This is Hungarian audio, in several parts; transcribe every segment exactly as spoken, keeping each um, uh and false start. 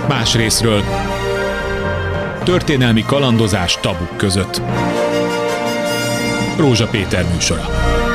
Más részről. Történelmi kalandozás tabuk között. Rózsa Péter műsora.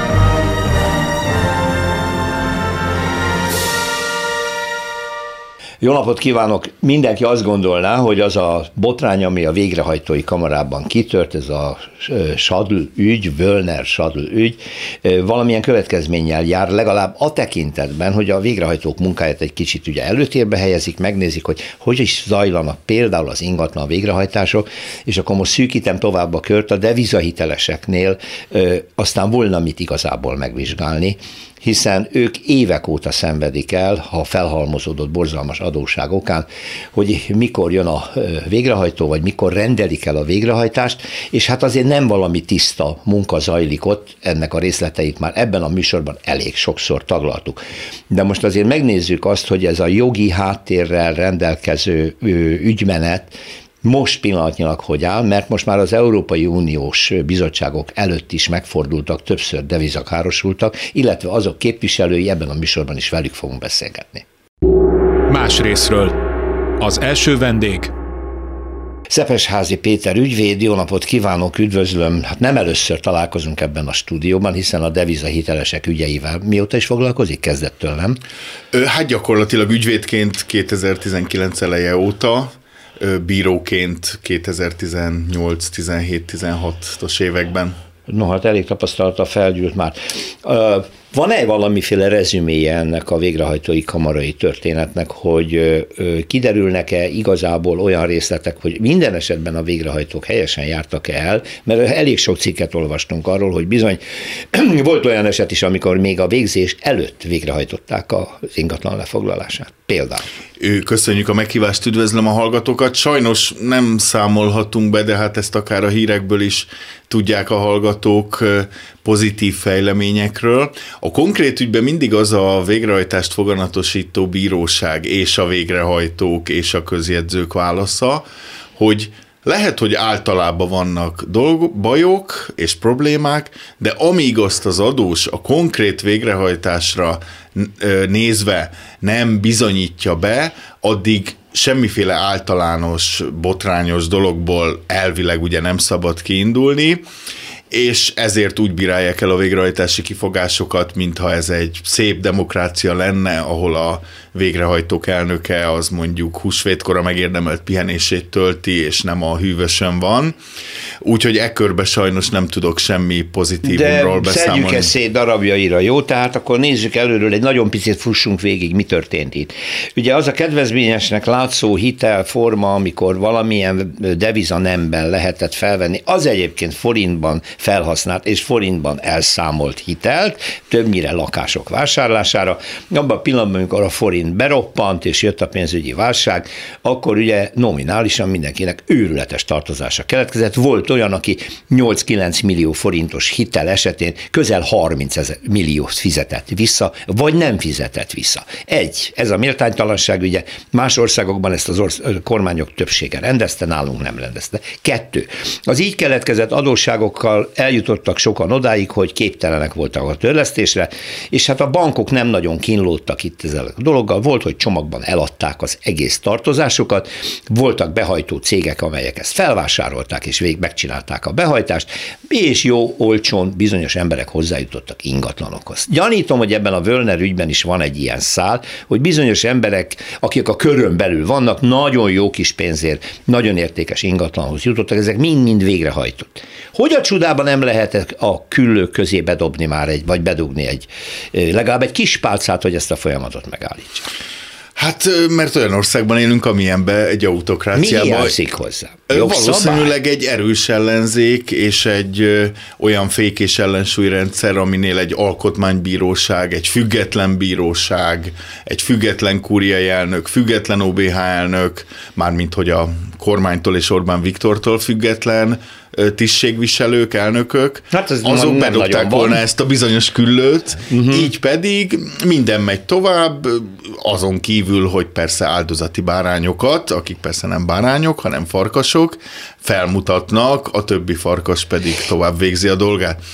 Jó napot kívánok! Mindenki azt gondolná, hogy az a botrány, ami a végrehajtói kamarában kitört, ez a Schadl ügy, Wöllner Schadl ügy, valamilyen következménnyel jár, legalább a tekintetben, hogy a végrehajtók munkáját egy kicsit ugye előtérbe helyezik, megnézik, hogy hogy is zajlanak például az ingatlan végrehajtások, és akkor most szűkítem tovább a kört, a devizahiteleseknél aztán volna mit igazából megvizsgálni, hiszen ők évek óta szenvedik el, ha felhalmozódott borzalmas adósság okán, hogy mikor jön a végrehajtó, vagy mikor rendelik el a végrehajtást, és hát azért nem valami tiszta munka zajlik ott, ennek a részleteit már ebben a műsorban elég sokszor taglaltuk. De most azért megnézzük azt, hogy ez a jogi háttérrel rendelkező ügymenet most pillanatnyilag hogy áll, mert most már az Európai Uniós bizottságok előtt is megfordultak, többször devizakárosultak, illetve azok képviselői, ebben a műsorban is velük fogunk beszélgetni. Más részről. Az első vendég. Szepesházy Péter ügyvéd, jó napot kívánok, üdvözlöm. Hát nem először találkozunk ebben a stúdióban, hiszen a devizahitelesek ügyeivel mióta is foglalkozik? Kezdettől, nem? Hát gyakorlatilag ügyvédként kétezer-tizenkilenc eleje óta, bíróként kétezer-tizennyolc, tizenhét, tizenhatos években. No, hát elég tapasztalata felgyűlt már. Van-e valamiféle rezüméje ennek a végrehajtói kamarai történetnek, hogy kiderülnek-e igazából olyan részletek, hogy minden esetben a végrehajtók helyesen jártak el, mert elég sok cikket olvastunk arról, hogy bizony volt olyan eset is, amikor még a végzés előtt végrehajtották az ingatlan lefoglalását. Például. Köszönjük a meghívást, üdvözlöm a hallgatókat. Sajnos nem számolhatunk be, de hát ezt akár a hírekből is tudják a hallgatók pozitív fejleményekről. A konkrét ügyben mindig az a végrehajtást foganatosító bíróság és a végrehajtók és a közjegyzők válasza, hogy lehet, hogy általában vannak dolgok, bajok és problémák, de amíg azt az adós a konkrét végrehajtásra nézve nem bizonyítja be, addig semmiféle általános, botrányos dologból elvileg ugye nem szabad kiindulni, és ezért úgy bírálják el a végrehajtási kifogásokat, mintha ez egy szép demokrácia lenne, ahol a végrehajtók elnöke az mondjuk húsvétkor a megérdemelt pihenését tölti, és nem a hűvösön van. Úgyhogy e körbe sajnos nem tudok semmi pozitívumról beszámolni. De szedjük ezt szét darabjaira, jó? Tehát akkor nézzük előről, egy nagyon picit fussunk végig, mi történt itt. Ugye az a kedvezményesnek látszó hitelforma, amikor valamilyen deviza nemben lehetett felvenni, az egyébként forintban felhasznált és forintban elszámolt hitelt, többnyire lakások vásárlására. Abban a pillanatban, amikor a forint beroppant, és jött a pénzügyi válság, akkor ugye nominálisan mindenkinek őrületes tartozása keletkezett. Volt olyan, aki nyolc-kilenc millió forintos hitel esetén közel harminc milliót fizetett vissza, vagy nem fizetett vissza. Egy, ez a méltánytalanság, ugye más országokban ezt az orsz- kormányok többsége rendezte, nálunk nem rendezte. Kettő, az így keletkezett adósságokkal eljutottak sokan odáig, hogy képtelenek voltak a törlesztésre, és hát a bankok nem nagyon kínlódtak itt ezzel a dologgal. Volt, hogy csomagban eladták az egész tartozásokat, voltak behajtó cégek, amelyek ezt felvásárolták, és végig megcsinálták a behajtást, és jó, olcsón bizonyos emberek hozzájutottak ingatlanokhoz. Gyanítom, hogy ebben a Wöllner ügyben is van egy ilyen szál, hogy bizonyos emberek, akik a körön belül vannak, nagyon jó kis pénzért, nagyon értékes ingatlanhoz jutottak, ezek mind-mind végrehajtott. Hogy a csodában nem lehet a küllők közé bedobni már egy, vagy bedugni egy, legalább egy kis pálcát, hogy ezt a folyamatot megállítsa? Hát, mert olyan országban élünk, amilyenben egy autokráciában. Mi hiányzik hozzá? Valószínűleg egy erős ellenzék és egy ö, olyan fék- és ellensúlyrendszer, aminél egy alkotmánybíróság, egy független bíróság, egy független kúriai elnök, független o bé há elnök, mármint hogy a kormánytól és Orbán Viktortól független tisztségviselők, elnökök, hát azok bedobták volna ezt a bizonyos küllőt, uh-huh. Így pedig minden megy tovább, azon kívül, hogy persze áldozati bárányokat, akik persze nem bárányok, hanem farkasok, felmutatnak, a többi farkas pedig tovább végzi a dolgát.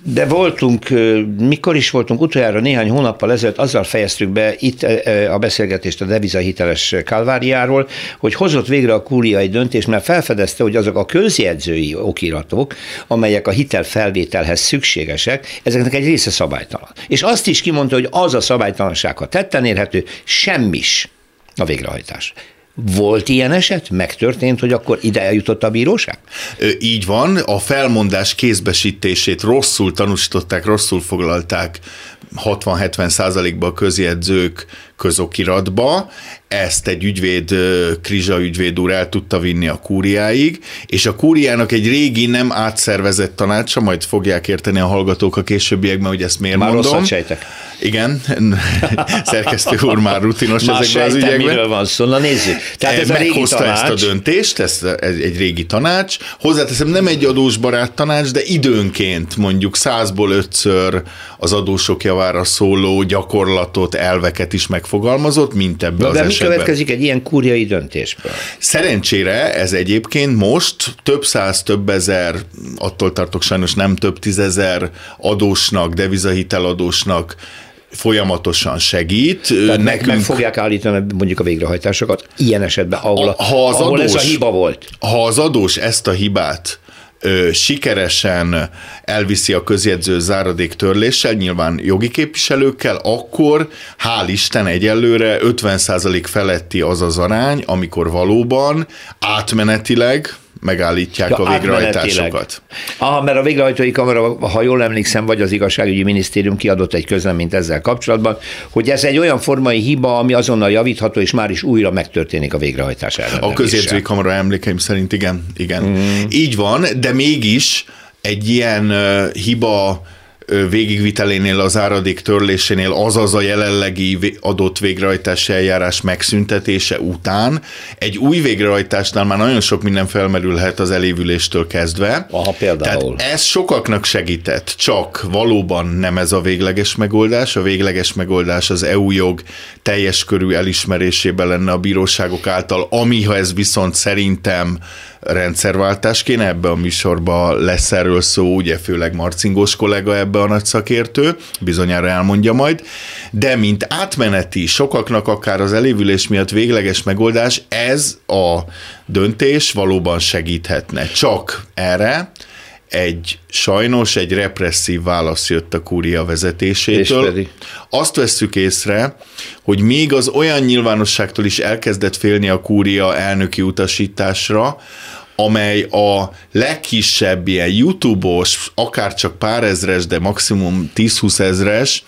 De voltunk, mikor is voltunk utoljára néhány hónappal ezelőtt, azzal fejeztük be itt a beszélgetést a devizahiteles kálváriáról, hogy hozott végre a kúria egy döntést, mert felfedezte, hogy azok a közjegyzői okiratok, amelyek a hitelfelvételhez szükségesek, ezeknek egy része szabálytalan. És azt is kimondta, hogy az a szabálytalanság, ha tetten érhető, semmis a végrehajtás. Volt ilyen eset? Megtörtént, hogy akkor ide eljutott a bíróság? Így van, a felmondás kézbesítését rosszul tanúsították, rosszul foglalták hatvan-hetven százalékban a közjegyzők közokiratba, ezt egy ügyvéd, Krizsa ügyvéd úr el tudta vinni a kúriáig, és a kúriának egy régi, nem átszervezett tanácsa, majd fogják érteni a hallgatók a későbbiekben, hogy ezt miért már mondom. Már sejtek. Igen, szerkesztő úr már rutinos már ezekben az ügyekben. Miről van szó, na nézzük. Tehát ez a régi tanács. Ezt a döntést, ez egy régi tanács. Hozzáteszem, nem egy adósbarát tanács, de időnként mondjuk százból ötször az adósok javára szóló gyakorlatot, elveket is megfogalmazott, mint ebben az de esetben. Mi következik egy ilyen kúriai döntésből? Szerencsére ez egyébként most több száz, több ezer, attól tartok sajnos nem több tízezer adósnak, devizahiteladósnak folyamatosan segít. Tehát Nekünk... meg fogják állítani mondjuk a végrehajtásokat ilyen esetben, ahol, a, ha az ahol adós, ez a hiba volt. Ha az adós ezt a hibát ö, sikeresen elviszi a közjegyző záradék törléssel, nyilván jogi képviselőkkel, akkor hál' Isten egyelőre ötven százalék feletti az az arány, amikor valóban átmenetileg megállítják ja, a végrehajtásokat. Aha, mert a végrehajtói kamara, ha jól emlékszem, vagy az igazságügyi minisztérium kiadott egy közleményt ezzel kapcsolatban, hogy ez egy olyan formai hiba, ami azonnal javítható, és már is újra megtörténik a végrehajtás ellenőrzése. A közjegyzői kamara emlékeim szerint igen, igen. Mm. Így van, de mégis egy ilyen uh, hiba végigvitelénél, az áradék törlésénél, azaz a jelenlegi adott végrehajtási eljárás megszüntetése után egy új végrehajtásnál már nagyon sok minden felmerülhet az elévüléstől kezdve. Aha, például. Tehát ez sokaknak segített, csak valóban nem ez a végleges megoldás. A végleges megoldás az é u jog teljes körű elismerésében lenne a bíróságok által, ami, ha ez viszont szerintem rendszerváltás kéne, ebbe a műsorban lesz erről szó, ugye főleg Marcingós kollega ebbe a nagy szakértő, bizonyára elmondja majd, de mint átmeneti, sokaknak akár az elévülés miatt végleges megoldás, ez a döntés valóban segíthetne. Csak erre egy sajnos egy represszív válasz jött a kúria vezetésétől. Azt vesszük észre, hogy még az olyan nyilvánosságtól is elkezdett félni a kúria elnöki utasításra, amely a legkisebb ilyen YouTube-os, akár csak pár ezres, de maximum tíz-húsz ezres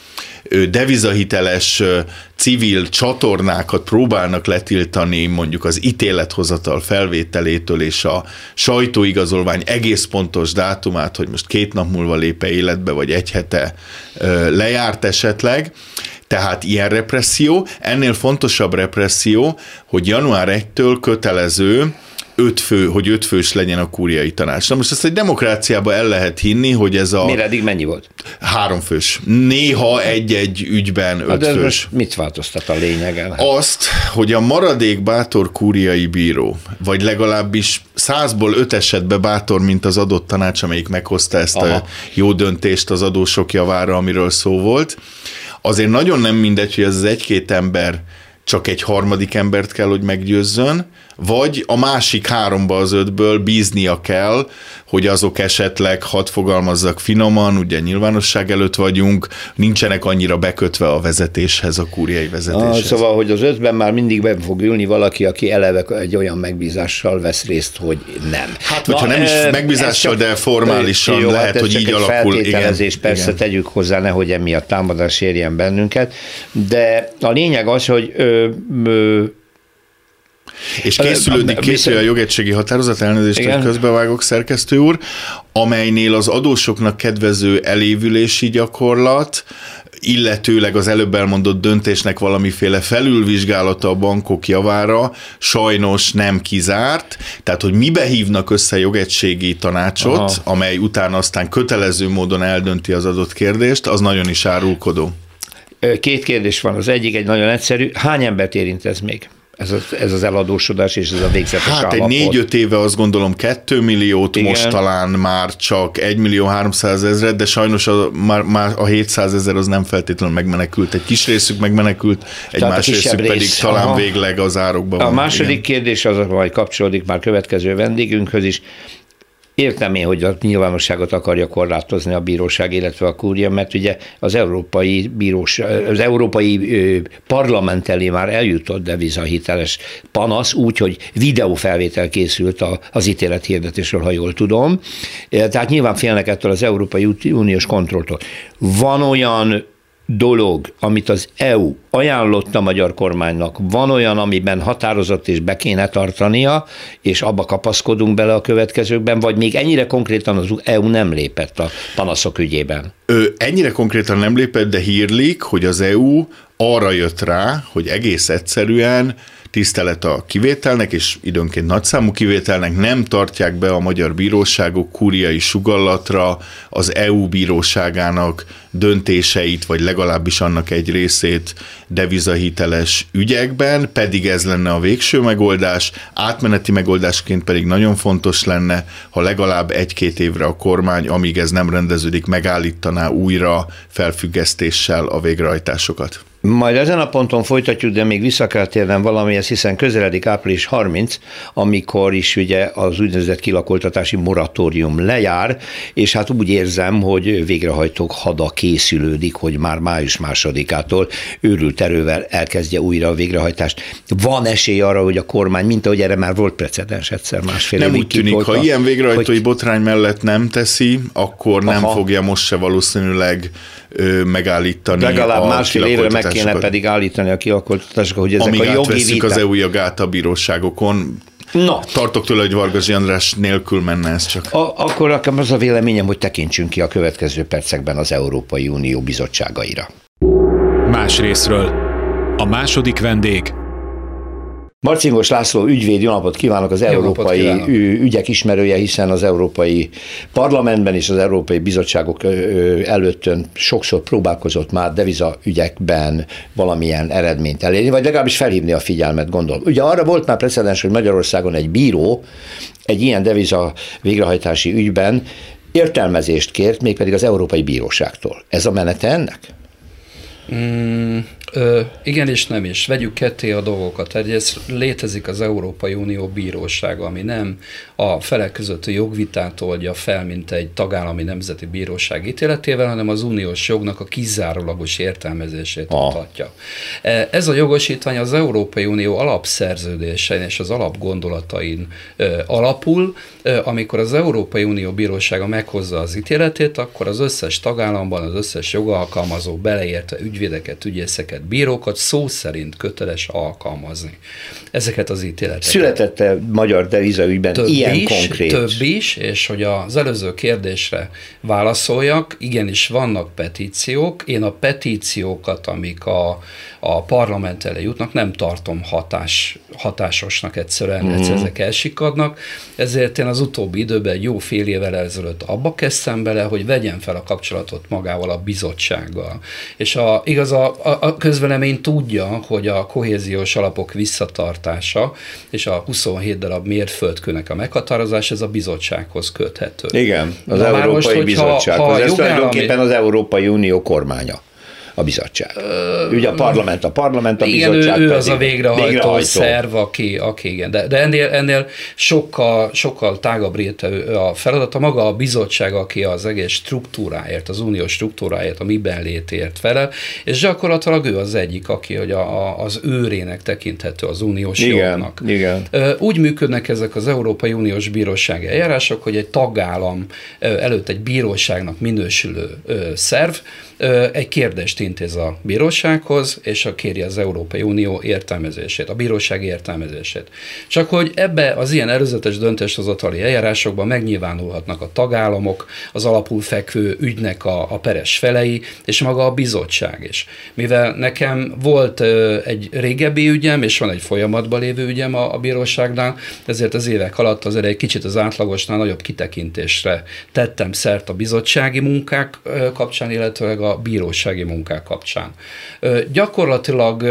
devizahiteles civil csatornákat próbálnak letiltani mondjuk az ítélethozatal felvételétől és a sajtóigazolvány egész pontos dátumát, hogy most két nap múlva lép-e életbe, vagy egy hete lejárt esetleg. Tehát ilyen represszió. Ennél fontosabb represszió, hogy január elsejétől kötelező öt fő, hogy öt fős legyen a kúriai tanács. Na most ezt egy demokráciában el lehet hinni, hogy ez a... Mire eddig mennyi volt? Három fős. Néha egy-egy ügyben öt de fős. Mit változtat a lényegen? Azt, hogy a maradék bátor kúriai bíró, vagy legalábbis százból öt esetben bátor, mint az adott tanács, amelyik meghozta ezt Aha. a jó döntést az adósok javára, amiről szó volt, azért nagyon nem mindegy, hogy ez az egy-két ember csak egy harmadik embert kell, hogy meggyőzzön, vagy a másik háromba az ötből bíznia kell, hogy azok esetleg, hadd fogalmazzak finoman, ugye nyilvánosság előtt vagyunk, nincsenek annyira bekötve a vezetéshez, a kúriai vezetéshez. Ah, szóval, hogy az ötben már mindig be fog ülni valaki, aki eleve egy olyan megbízással vesz részt, hogy nem. Hát, hogyha Na, nem is megbízással, de formálisan jó, lehet, hát hogy így alakul. Feltételezés, igen, persze igen. Tegyük hozzá, nehogy emiatt támadás érjen bennünket, de a lényeg az, hogy ö, ö, és készülődik, készül a jogegységi határozat, elnézést, hogy közbevágok, szerkesztő úr, amelynél az adósoknak kedvező elévülési gyakorlat, illetőleg az előbb elmondott döntésnek valamiféle felülvizsgálata a bankok javára sajnos nem kizárt, tehát hogy mibe hívnak össze jogegységi tanácsot, Aha. amely utána aztán kötelező módon eldönti az adott kérdést, az nagyon is árulkodó. Két kérdés van, az egyik egy nagyon egyszerű, hány embert érint ez még? Ez az, ez az eladósodás és ez a végzetes Hát állapot. egy négy-öt éve azt gondolom kettő milliót, igen. Most talán már csak egy millió háromszázezret, de sajnos a, már, már a hétszázezer az nem feltétlenül megmenekült. Egy kis részük megmenekült, egy Tehát más részük rész. pedig talán Aha. végleg az árokban A van. második igen. kérdés az, majd kapcsolódik már következő vendégünkhöz is. Értem én, hogy a nyilvánosságot akarja korlátozni a bíróság, illetve a kúria, mert ugye az európai bíróság, az európai ö, parlament elé már eljutott devizahiteles panasz, úgy, hogy videófelvétel készült a, az ítélet hirdetésről, ha jól tudom. Tehát nyilván félnek ettől az Európai Uniós kontrolltól. Van olyan dolog, amit az é u ajánlott a magyar kormánynak, van olyan, amiben határozott és be kéne tartania, és abba kapaszkodunk bele a következőkben, vagy még ennyire konkrétan az é u nem lépett a panaszok ügyében? Ö, ennyire konkrétan nem lépett, de hírlik, hogy az é u arra jött rá, hogy egész egyszerűen tisztelet a kivételnek, és időnként nagyszámú kivételnek nem tartják be a magyar bíróságok kúriai sugallatra az é u bíróságának döntéseit, vagy legalábbis annak egy részét devizahiteles ügyekben, pedig ez lenne a végső megoldás, átmeneti megoldásként pedig nagyon fontos lenne, ha legalább egy-két évre a kormány, amíg ez nem rendeződik, megállítaná újra felfüggesztéssel a végrehajtásokat. Majd ezen a ponton folytatjuk, de még vissza kell térnem valamihez, hiszen közeledik április harmincadika, amikor is ugye az úgynevezett kilakoltatási moratórium lejár, és hát úgy érzem, hogy végrehajtók hada készülődik, hogy már május másodikától őrült erővel elkezdje újra a végrehajtást. Van esély arra, hogy a kormány, mint ahogy erre már volt precedens egyszer másfél Nem évig úgy tűnik, kitolta, ha ilyen végrehajtói hogy... botrány mellett nem teszi, akkor nem Aha. fogja most se valószínűleg ö, megállítani legalább a másfél évre meg kéne pedig állítani a kilakoltatásokat, hogy ezek Amíg a jogi viták... az é u jogát a bíróságokon. Na. Tartok tőle, hogy Vargasy András nélkül menne ez csak. A, akkor nekem az a véleményem, hogy tekintsünk ki a következő percekben az Európai Unió bizottságaira. Más részről. A második vendég. Marcingos László ügyvéd, jó napot kívánok, az európai ügyek ismerője, hiszen az Európai Parlamentben és az Európai Bizottságok előttön sokszor próbálkozott már deviza ügyekben valamilyen eredményt elérni, vagy legalábbis felhívni a figyelmet, gondolom. Ugye arra volt már precedens, hogy Magyarországon egy bíró egy ilyen deviza végrehajtási ügyben értelmezést kért, mégpedig az Európai Bíróságtól. Ez a menete ennek? Mm, ö, igen és nem is. Vegyük ketté a dolgokat. Egyrészt létezik az Európai Unió bírósága, ami nem a felek közötti jogvitát oldja fel, mint egy tagállami nemzeti bíróság ítéletével, hanem az uniós jognak a kizárólagos értelmezését mutatja. Ez a jogosítvány az Európai Unió alapszerződésein és az alapgondolatain ö, alapul. Ö, amikor az Európai Unió bírósága meghozza az ítéletét, akkor az összes tagállamban az összes jogalkalmazó, beleértve ügyvédeket, ügyészeket, bírókat szó szerint köteles alkalmazni ezeket az ítéleteket. Született-e magyar deviza ügyben több ilyen is, konkrét? Több is, és hogy az előző kérdésre válaszoljak, igenis vannak petíciók. Én a petíciókat, amik a, a parlament elé jutnak, nem tartom hatás, hatásosnak egyszerűen, mm. egyszer ezek elsikadnak, ezért én az utóbbi időben egy jó fél évvel ezelőtt abba kezdtem bele, hogy vegyem fel a kapcsolatot magával a bizottsággal. És a, igaz, a, a közvélemény tudja, hogy a kohéziós alapok visszatartása és a huszonhét darab mérföldkőnek a meghatározás, ez a bizottsághoz köthető. Igen, az Na, Európai most, Bizottsághoz. Ha, ha ez jogállami... tulajdonképpen az Európai Unió kormánya. A bizottság. Ö, Ugye a parlament, a parlament, a igen, bizottság ő, ő pedig az a végrehajtó, végrehajtó. szerv, aki, aki igen. De, de ennél, ennél sokkal, sokkal tágabb rétű a feladata. Maga a bizottság, aki az egész struktúráért, az uniós struktúráért, a miben létért felel, és gyakorlatilag ő az egyik, aki hogy a, a, az őrének tekinthető az uniós igen, jognak. Igen. Úgy működnek ezek az Európai Uniós bírósági eljárások, hogy egy tagállam előtt egy bíróságnak minősülő szerv egy kérdést intéz a bírósághoz, és a kéri az Európai Unió értelmezését, a bíróság értelmezését. Csak hogy ebbe az ilyen előzetes döntéshozatali eljárásokban megnyilvánulhatnak a tagállamok, az alapul fekvő ügynek a, a peres felei, és maga a bizottság is. Mivel nekem volt egy régebbi ügyem, és van egy folyamatban lévő ügyem a, a bíróságnál, ezért az évek alatt azért egy kicsit az átlagosnál nagyobb kitekintésre tettem szert a bizottsági munkák kapcsán, illetve a bírósági munkák kapcsán. Gyakorlatilag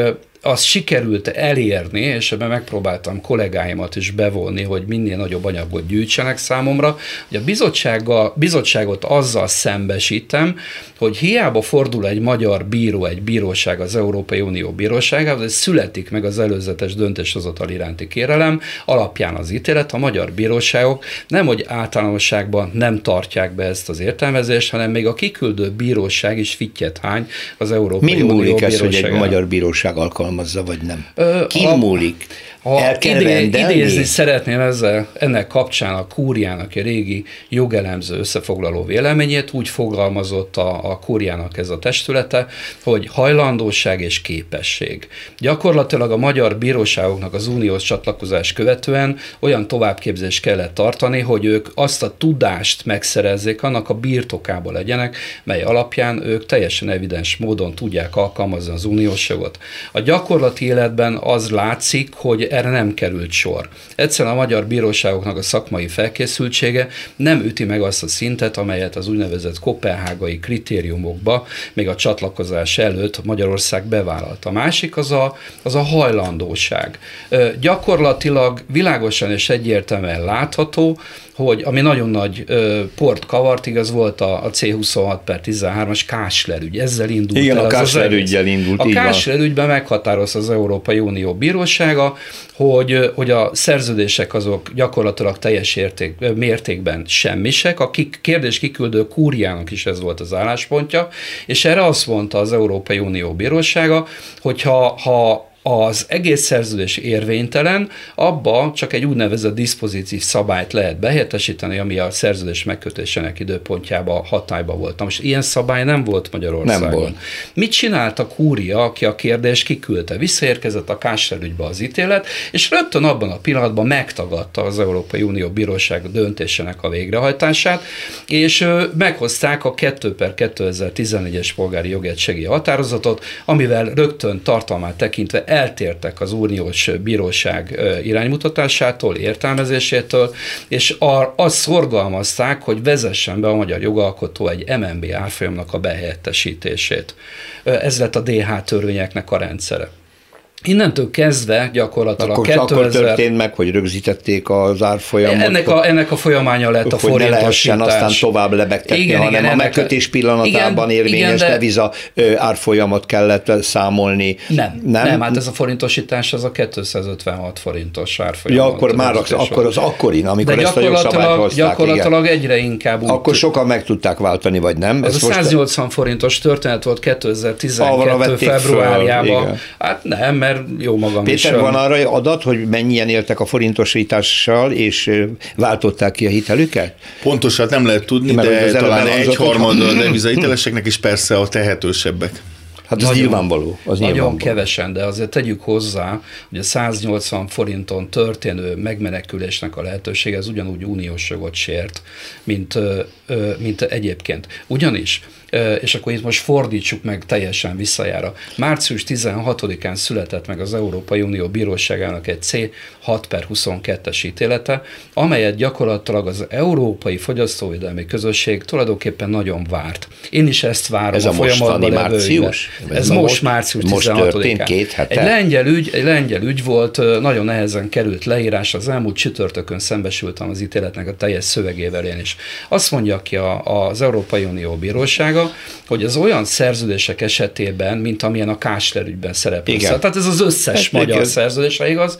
azt sikerült elérni, és ebben megpróbáltam kollégáimat is bevonni, hogy minél nagyobb anyagot gyűjtsenek számomra, hogy a bizottsággal, bizottságot azzal szembesítem, hogy hiába fordul egy magyar bíró, egy bíróság az Európai Unió bíróságához, hogy születik meg az előzetes döntéshozatal iránti kérelem, alapján az ítélet, a magyar bíróságok nem, hogy általánosságban nem tartják be ezt az értelmezést, hanem még a kiküldő bíróság is fittyet hány az Európai Min Unió múlik ez, bíróságára. hogy egy magyar bíróság alkalmazza, vagy nem? Ö, Kin a, múlik? Ha idé, idézni szeretném ezzel, ennek kapcsán a kúriának a régi jogelemző összefoglaló véleményét, úgy fogalmazott a, a kúriának ez a testülete, hogy hajlandóság és képesség. Gyakorlatilag a magyar bíróságoknak az uniós csatlakozás követően olyan továbbképzést kellett tartani, hogy ők azt a tudást megszerezzék, annak a birtokába legyenek, mely alapján ők teljesen evidens módon tudják alkalmazni az uniós jogot. A gyakorlati életben az látszik, hogy erre nem került sor. Egyszerűen a magyar bíróságoknak a szakmai felkészültsége nem üti meg azt a szintet, amelyet az úgynevezett koppenhágai kritériumokba még a csatlakozás előtt Magyarország bevállalt. A másik az a, az a hajlandóság. Gyakorlatilag világosan és egyértelműen látható, hogy ami nagyon nagy ö, port kavart, igaz volt a, a C huszonhat per tizenhármas Kásler ügy. Ezzel indult Igen, el a az Kásler az üggyel indult. A Kásler ügyben meghatározta az Európai Unió bírósága, hogy, hogy a szerződések azok gyakorlatilag teljes érték, mértékben semmisek. A kik, kérdés kiküldő kúriának is ez volt az álláspontja, és erre azt mondta az Európai Unió bírósága, hogyha ha az egész szerződés érvénytelen, abba csak egy úgynevezett diszpozitív szabályt lehet behelyettesíteni, ami a szerződés megkötésének időpontjában hatályban volt. Na most ilyen szabály nem volt Magyarországon. Nem volt. Mit csinált a kúria, aki a kérdést kiküldte? Visszaérkezett a Kásler ügybe az ítélet, és rögtön abban a pillanatban megtagadta az Európai Unió bíróság döntésének a végrehajtását, és meghozták a kettő per kétezer-tizennégyes polgári jogegységi határozatot, amivel rögtön tartalmát tekintve eltértek az uniós bíróság iránymutatásától, értelmezésétől, és azt szorgalmazták, hogy vezessen be a magyar jogalkotó egy em en bé árfolyamnak a behelyettesítését. Ez lett a dé há törvényeknek a rendszere. Innentől kezdve gyakorlatilag akkor, kétezer... akkor történt meg, hogy rögzítették az árfolyamot. Ennek a, ennek a folyamánya lett a hogy ne lehessen forintosítás. aztán tovább lebegtetni, igen, hanem igen, a megkötés pillanatában igen, érvényes igen, de... deviza árfolyamot kellett számolni. Nem, nem, nem, hát ez a forintosítás az a kétszázötvenhat forintos árfolyam. Ja, akkor már az, akkor az akkorin, amikor de ezt a jogszabályt hozták. Gyakorlatilag igen. Egyre inkább úgy... Akkor sokan meg tudták váltani, vagy nem? Ez, ez a száznyolcvan most... forintos történet volt kétezer-tizenkettő februárjában. Hát nem, mert jó magam Péter, is. Péter, van arra adat, hogy mennyien éltek a forintosítással, és váltották ki a hitelüket? Pontosat nem lehet tudni, mert de talán egyharmada a devizahiteleseknek, és persze a tehetősebbek. Hát ez nagyon, nyilvánvaló. Az nagyon nyilvánvaló. Kevesen, de azért tegyük hozzá, hogy a száznyolcvan forinton történő megmenekülésnek a lehetősége az ugyanúgy uniós jogot sért, mint, mint egyébként. Ugyanis, és akkor itt most fordítsuk meg teljesen visszajára. március tizenhatodikán született meg az Európai Unió Bíróságának egy C hat per huszonkettes ítélete, amelyet gyakorlatilag az Európai Fogyasztóvédelmi Közösség tulajdonképpen nagyon várt. Én is ezt várom. Ez a, a mostani március? Ez, ez most március tizenhatodikán. Két hete. Egy lengyel ügy, egy lengyel ügy volt, nagyon nehezen került leírás, az elmúlt csütörtökön szembesültem az ítéletnek a teljes szövegével én is. Azt mondja ki a, az Európai Unió Bírósága, hogy az olyan szerződések esetében, mint amilyen a Kásler ügyben szerepel. Tehát ez az összes ez magyar igaz. Szerződésre igaz.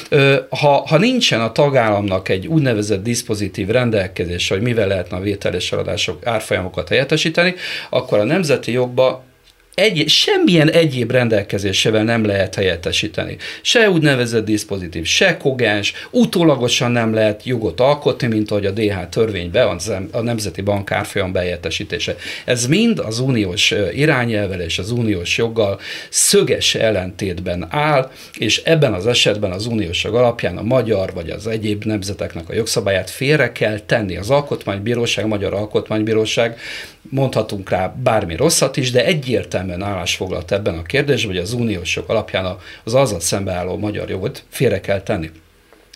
Ha, ha nincsen a tagállamnak egy úgynevezett diszpozitív rendelkezés, hogy mivel lehetne a vételes eladások árfolyamokat helyettesíteni, akkor a nemzeti jogba Egy, semmilyen egyéb rendelkezésével nem lehet helyettesíteni. Se úgynevezett diszpozitív, se kogens, utólagosan nem lehet jogot alkotni, mint ahogy a dé há törvényben a Nemzeti Bank árfolyam behelyettesítése. Ez mind az uniós irányelvvel és az uniós joggal szöges ellentétben áll, és ebben az esetben az uniós jog alapján a magyar vagy az egyéb nemzeteknek a jogszabályát félre kell tenni. Az Alkotmánybíróság, a Magyar Alkotmánybíróság, mondhatunk rá bármi rosszat is, de egyértelműen állásfoglalt ebben a kérdésben, hogy az uniós jog alapján az azzal szembeálló magyar jogot félre kell tenni.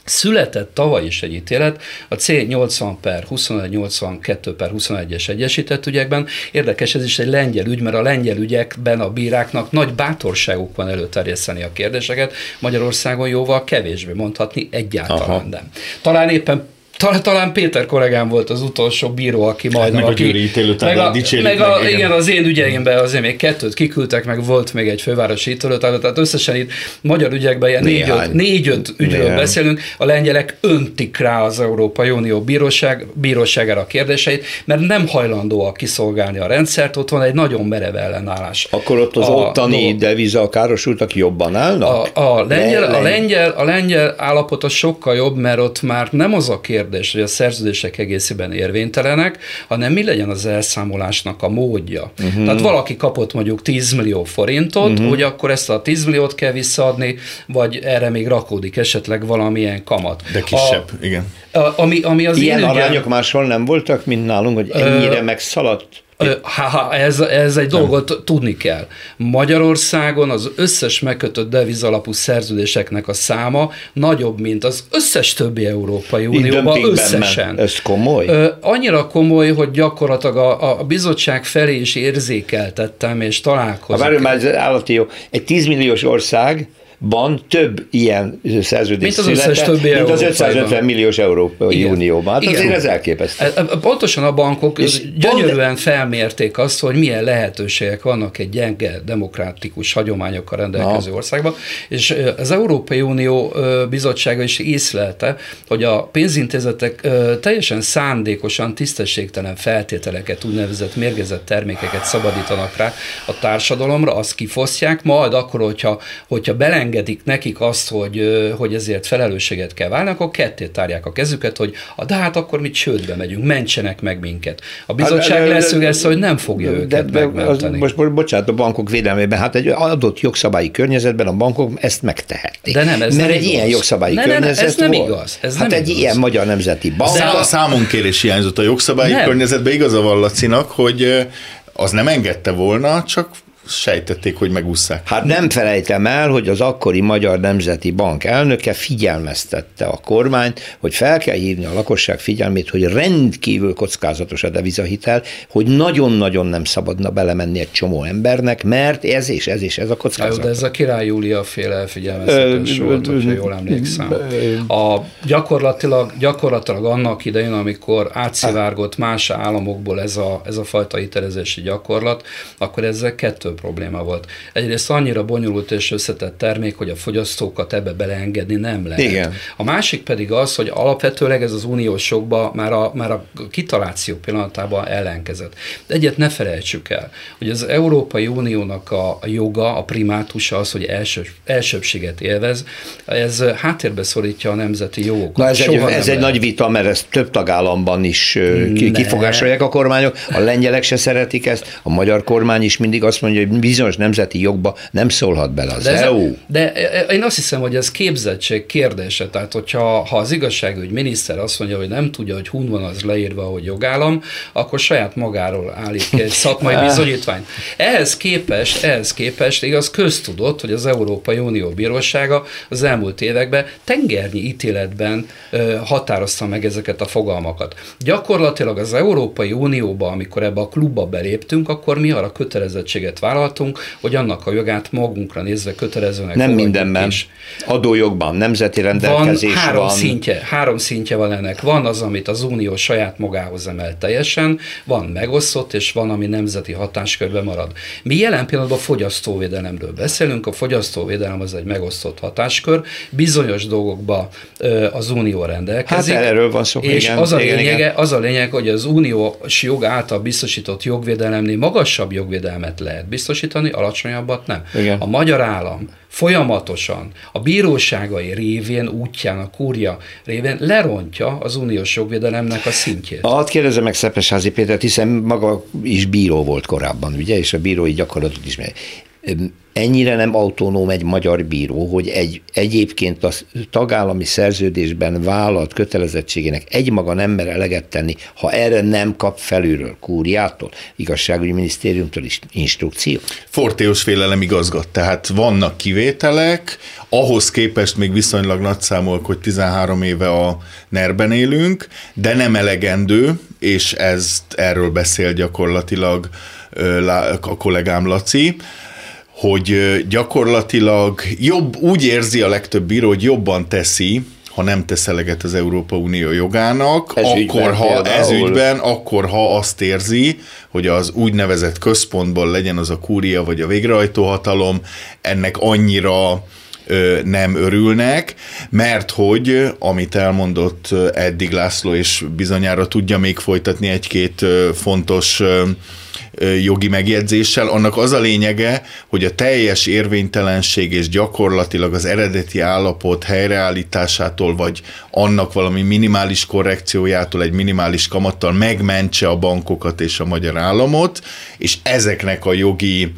Született tavaly is egy ítélet a C nyolcvan per huszonegy nyolcvankettő per huszonegyes egyesített ügyekben. Érdekes, ez is egy lengyel ügy, mert a lengyel ügyekben a bíráknak nagy bátorságuk van előterjeszteni a kérdéseket, Magyarországon jóval kevésbé, mondhatni egyáltalán Aha. nem. Talán éppen Talán Péter kollégám volt az utolsó bíró, aki majd... Meg aki, a győri ítélőt, meg, a, meg a, meg, igen, az én ügyeimben azért még kettőt kiküldtek, meg volt még egy fővárosi ítélőt, tehát összesen itt magyar ügyekben ilyen négy-öt, négy-öt ügyről Néhány. beszélünk, a lengyelek öntik rá az Európai Unió bíróság, bíróságára a kérdéseit, mert nem hajlandóak kiszolgálni a rendszert, ott van egy nagyon merev ellenállás. Akkor ott az a, ottani deviza károsultak jobban állnak? A, a, lengyel, a, lengyel, a lengyel állapota sokkal jobb, mert ott már nem az a kérdés, hogy a szerződések egészében érvénytelenek, hanem mi legyen az elszámolásnak a módja. Uh-huh. Tehát valaki kapott mondjuk tíz millió forintot, uh-huh. hogy akkor ezt a tíz milliót kell visszaadni, vagy erre még rakódik esetleg valamilyen kamat. De kisebb, a, igen. A, ami, ami az Ilyen ügyem, arányok máshol nem voltak, mint nálunk, hogy ennyire ö, megszaladt? Ha, ha, ez, ez egy nem. dolgot tudni kell. Magyarországon az összes megkötött devizalapú szerződéseknek a száma nagyobb, mint az összes többi Európai Unióban összesen. Ez komoly? Ö, annyira komoly, hogy gyakorlatilag a, a bizottság felé is érzékeltettem, és találkozom. Ha várjunk már, ez állati jó. Egy tízmilliós ország ban több ilyen szerződés mint az összes többi mint az ötszázötven milliós Európai Igen. Unióban. Hát Igen. azért ez elképesztő. Pontosan a bankok és gyönyörűen pont... felmérték azt, hogy milyen lehetőségek vannak egy gyenge, demokratikus hagyományokkal rendelkező Na. országban, és az Európai Unió bizottsága is észlelte, hogy a pénzintézetek teljesen szándékosan tisztességtelen feltételeket, úgynevezett mérgezett termékeket szabadítanak rá a társadalomra, azt kifosztják, majd akkor, hogyha, hogyha belen engedik nekik azt, hogy, hogy ezért felelősséget kell válni, akkor ketté tárják a kezüket, hogy de hát akkor mi csődbe megyünk, mentsenek meg minket. A bizottság leszögezte, hogy nem fogja de, őket de, megmenteni. Most, most bocsánat, a bankok védelmében, hát egy adott jogszabályi környezetben a bankok ezt megtehették. De nem, ez Mert nem egy igaz. ilyen jogszabályi ne, környezet ne, ez nem volt. igaz. Ez hát nem egy igaz. ilyen magyar nemzeti bank. A számonkérés hiányzott a jogszabályi nem. környezetben, igaza van Lacinak, hogy az nem engedte volna, csak sejtették, hogy megússzák. Hát nem felejtem el, hogy az akkori Magyar Nemzeti Bank elnöke figyelmeztette a kormányt, hogy fel kell hívni a lakosság figyelmét, hogy rendkívül kockázatos a devizahitel, hogy nagyon-nagyon nem szabadna belemenni egy csomó embernek, mert ez és ez és ez a kockázat. Jó, de ez a Király Júlia féle figyelmeztetés volt, hogyha jól emlékszem. A gyakorlatilag, gyakorlatilag annak idején, amikor átszivárgott más államokból ez a, ez a fajta hitelezési gyakorlat, akkor ezzel kettő probléma volt. Egyrészt annyira bonyolult és összetett termék, hogy a fogyasztókat ebbe beleengedni nem lehet. Igen. A másik pedig az, hogy alapvetőleg ez az uniós jogba már a, már a kitaláció pillanatában ellenkezett. Egyet ne felejtsük el, hogy az Európai Uniónak a, a joga, a primátusa az, hogy első, elsőbbséget élvez, ez háttérbe szorítja a nemzeti jogokat. Na ez, egy, ez egy nagy vita, mert ezt több tagállamban is ne. kifogásolják a kormányok, a lengyelek se szeretik ezt, a magyar kormány is mindig azt mondja, hogy bizonyos nemzeti jogba nem szólhat bele az de é u. De én azt hiszem, hogy ez képzettség kérdése. Tehát, hogyha ha az igazságügy miniszter azt mondja, hogy nem tudja, hogy hun van az leírva, hogy jogállam, akkor saját magáról állít ki egy szakmai bizonyítványt. Ehhez képest, ehhez képest igaz köztudott, hogy az Európai Unió Bírósága az elmúlt években tengernyi ítéletben ö, határozta meg ezeket a fogalmakat. Gyakorlatilag az Európai Unióba, amikor ebbe a klubba beléptünk, akkor mi arra kötelezettséget vállaltunk, hogy annak a jogát magunkra nézve kötelezőnek nem mindenben. Is. Adójogban, nemzeti rendelkezés van. Három van. Szintje, három szintje van ennek. Van az, amit az Unió saját magához emel teljesen, van megosztott, és van, ami nemzeti hatáskörben marad. Mi jelen pillanatban fogyasztóvédelemről beszélünk, a fogyasztóvédelem az egy megosztott hatáskör, bizonyos dolgokban az Unió rendelkezik. Hát erről van szó. És igen, az, a igen, lényege, igen. az a lényeg, hogy az uniós jog által biztosított jogvédelemnél magasabb jogvédelmet lehet biztosítani, alacsonyabbat nem. Igen. A magyar állam folyamatosan a bíróságai révén, útján, a kúria révén lerontja az uniós jogvédelemnek a szintjét. Hadd kérdezem meg Szepesházi Pétert, hiszen maga is bíró volt korábban, ugye, és a bírói gyakorlatot is. ennyire nem autonóm egy magyar bíró, hogy egy egyébként a tagállami szerződésben vállalt kötelezettségének egymaga nem mer eleget tenni, ha erre nem kap felülről, kúriától, igazságügyi minisztériumtól is instrukció? Fortéos félelem igazgat, tehát vannak kivételek, ahhoz képest még viszonylag nagyszámolk, hogy tizenhárom éve a nerben élünk, de nem elegendő, és ez, erről beszél gyakorlatilag a kollégám Laci, hogy gyakorlatilag jobb, úgy érzi a legtöbb bíró, hogy jobban teszi, ha nem tesz eleget az Európa Unió jogának, ez akkor ha például. ez ügyben, akkor ha azt érzi, hogy az úgynevezett központban legyen az a kúria vagy a végrehajtóhatalom, ennek annyira ö, nem örülnek, mert hogy, amit elmondott eddig László, és bizonyára tudja még folytatni egy-két ö, fontos ö, jogi megjegyzéssel, annak az a lényege, hogy a teljes érvénytelenség és gyakorlatilag az eredeti állapot helyreállításától, vagy annak valami minimális korrekciójától, egy minimális kamattal megmentse a bankokat és a magyar államot, és ezeknek a jogi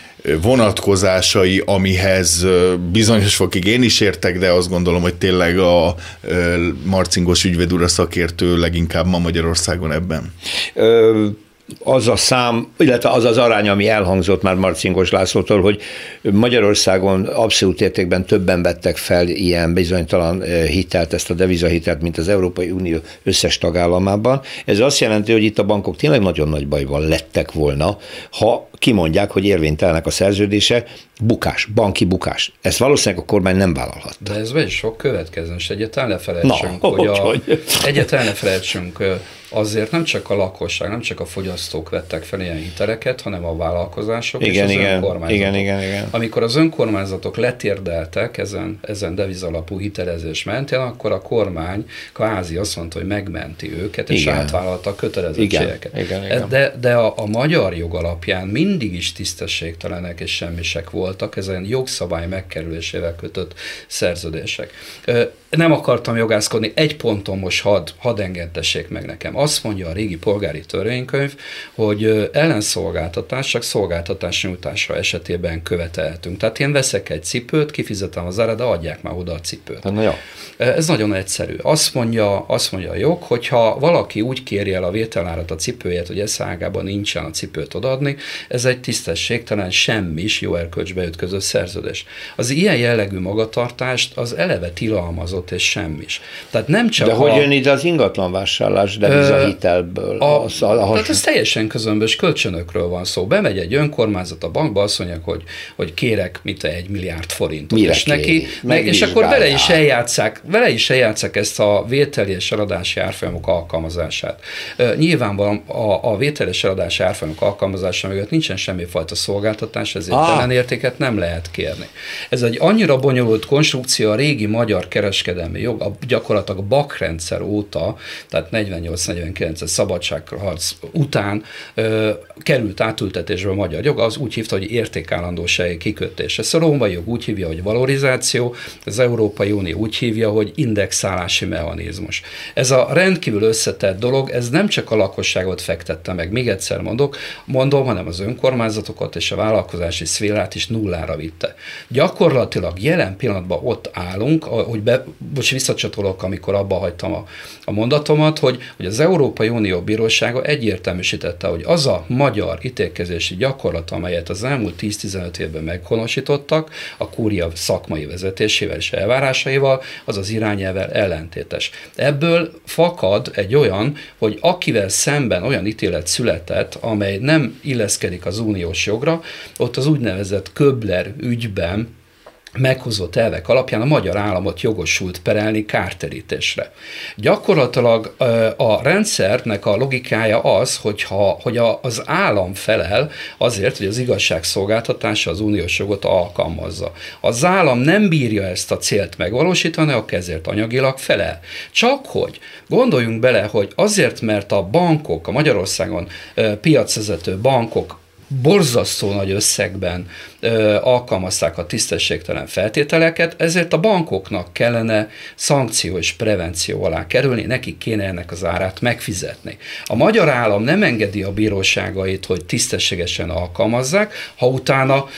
vonatkozásai, amihez bizonyos fokig én is értek, de azt gondolom, hogy tényleg a Marcingos ügyvéd úr a szakértő leginkább ma Magyarországon ebben. Ö- az a szám, illetve az az arány, ami elhangzott már Marcingos Lászlótól, hogy Magyarországon abszolút értékben többen vettek fel ilyen bizonytalan hitelt, ezt a devizahitelt, mint az Európai Unió összes tagállamában. Ez azt jelenti, hogy itt a bankok tényleg nagyon nagy bajban lettek volna, ha kimondják, hogy érvénytelenek a szerződése, bukás, banki bukás. Ezt valószínűleg a kormány nem vállalhat. De ez vagy sok következő, és egyáltalán ne felejtsünk, Na, hogy, a, hogy egyáltalán ne felejtsünk, azért nem csak a lakosság, nem csak a fogyasztók vettek fel ilyen hiteleket, hanem a vállalkozások igen, és az igen, önkormányzatok. Igen, igen, igen. Amikor az önkormányzatok letérdeltek ezen, ezen devizalapú hitelezés mentén, akkor a kormány kvázi azt mondta, hogy megmenti őket, és igen. átvállalta a kötelezettségeket. Igen, igen, igen. De, de a, a magyar jog alapján mindig is tisztességtelenek és semmisek voltak ezen jogszabály megkerülésével kötött szerződések. Nem akartam jogászkodni, egy ponton most had, hadd engedtessék meg nekem. Azt mondja a régi polgári törvénykönyv, hogy ellenszolgáltatás csak szolgáltatás nyújtása esetében követelhetünk. Tehát én veszek egy cipőt, kifizetem az árat, de adják már oda a cipőt. Na, jó. Ez nagyon egyszerű. Azt mondja, azt mondja a jog, hogyha valaki úgy kéri el a vételárat a cipőjét, hogy eszágában nincsen a cipőt odaadni, ez egy tisztességtelen, semmis, jó erkölcsbe ütköző szerződés. Az ilyen jellegű magatartást az eleve tilalmazott és semmis. Tehát nem csak de a, hogy jön ide az ingatlanvásárlás devizahitelből? A, az, a, a tehát ez teljesen közömbös kölcsönökről van szó. Bemegy egy önkormányzat a bankba, azt mondják, hogy, hogy kérek mit egy milliárd forintot. Mire és neki, meg, és akkor vele is eljátszák, vele is eljátszák ezt a vételi és eladási árfolyamok alkalmazását. Uh, nyilvánvalóan a, a vételi és eladási árfolyamok alkalmazása mögött nincsen semmifajta szolgáltatás, ezért ah. ellenértéket nem lehet kérni. Ez egy annyira bonyolult konstrukció, a régi magyar kereskedelmi jog, a, gyakorlatilag a bakrendszer óta, tehát negyvennyolc negyvenkilences szabadságharc után ö, került átültetésbe a magyar jog, az úgy hívta, hogy értékállandósági kikötés. Ezt a római jog úgy hívja, hogy valorizáció, az Európai Unió úgy hívja, hogy indexálási mechanizmus. Ez a rendkívül összetett dolog, ez nem csak a lakosságot fektette meg, még egyszer mondok, mondom, hanem az önkormányzatokat és a vállalkozási szférát is nullára vitte. Gyakorlatilag jelen pillanatban ott állunk, hogy be, most visszacsatolok, amikor abba hagytam a, a mondatomat, hogy, hogy az Európai Unió bírósága egyértelműsítette, hogy az a magyar ítélkezési gyakorlat, amelyet az elmúlt tíz-tizenöt évben meghonosítottak, a kúria szakmai vezetésével és elvárásaival, az az irányelvvel ellentétes. Ebből fakad egy olyan, hogy akivel szemben olyan ítélet született, amely nem illeszkedik az uniós jogra, ott az úgynevezett Köbler ügyben meghozott elvek alapján a magyar államot jogosult perelni kártérítésre. Gyakorlatilag a rendszernek a logikája az, hogyha, hogy az állam felel azért, hogy az igazságszolgáltatása az uniós jogot alkalmazza. Az állam nem bírja ezt a célt megvalósítani, akkor ezért anyagilag felel. Csak hogy gondoljunk bele, hogy azért, mert a bankok, a Magyarországon piacvezető bankok borzasztó nagy összegben ö, alkalmazták a tisztességtelen feltételeket, ezért a bankoknak kellene szankció és prevenció alá kerülni, nekik kéne ennek az árát megfizetni. A magyar állam nem engedi a bíróságait, hogy tisztességesen alkalmazzák, ha utána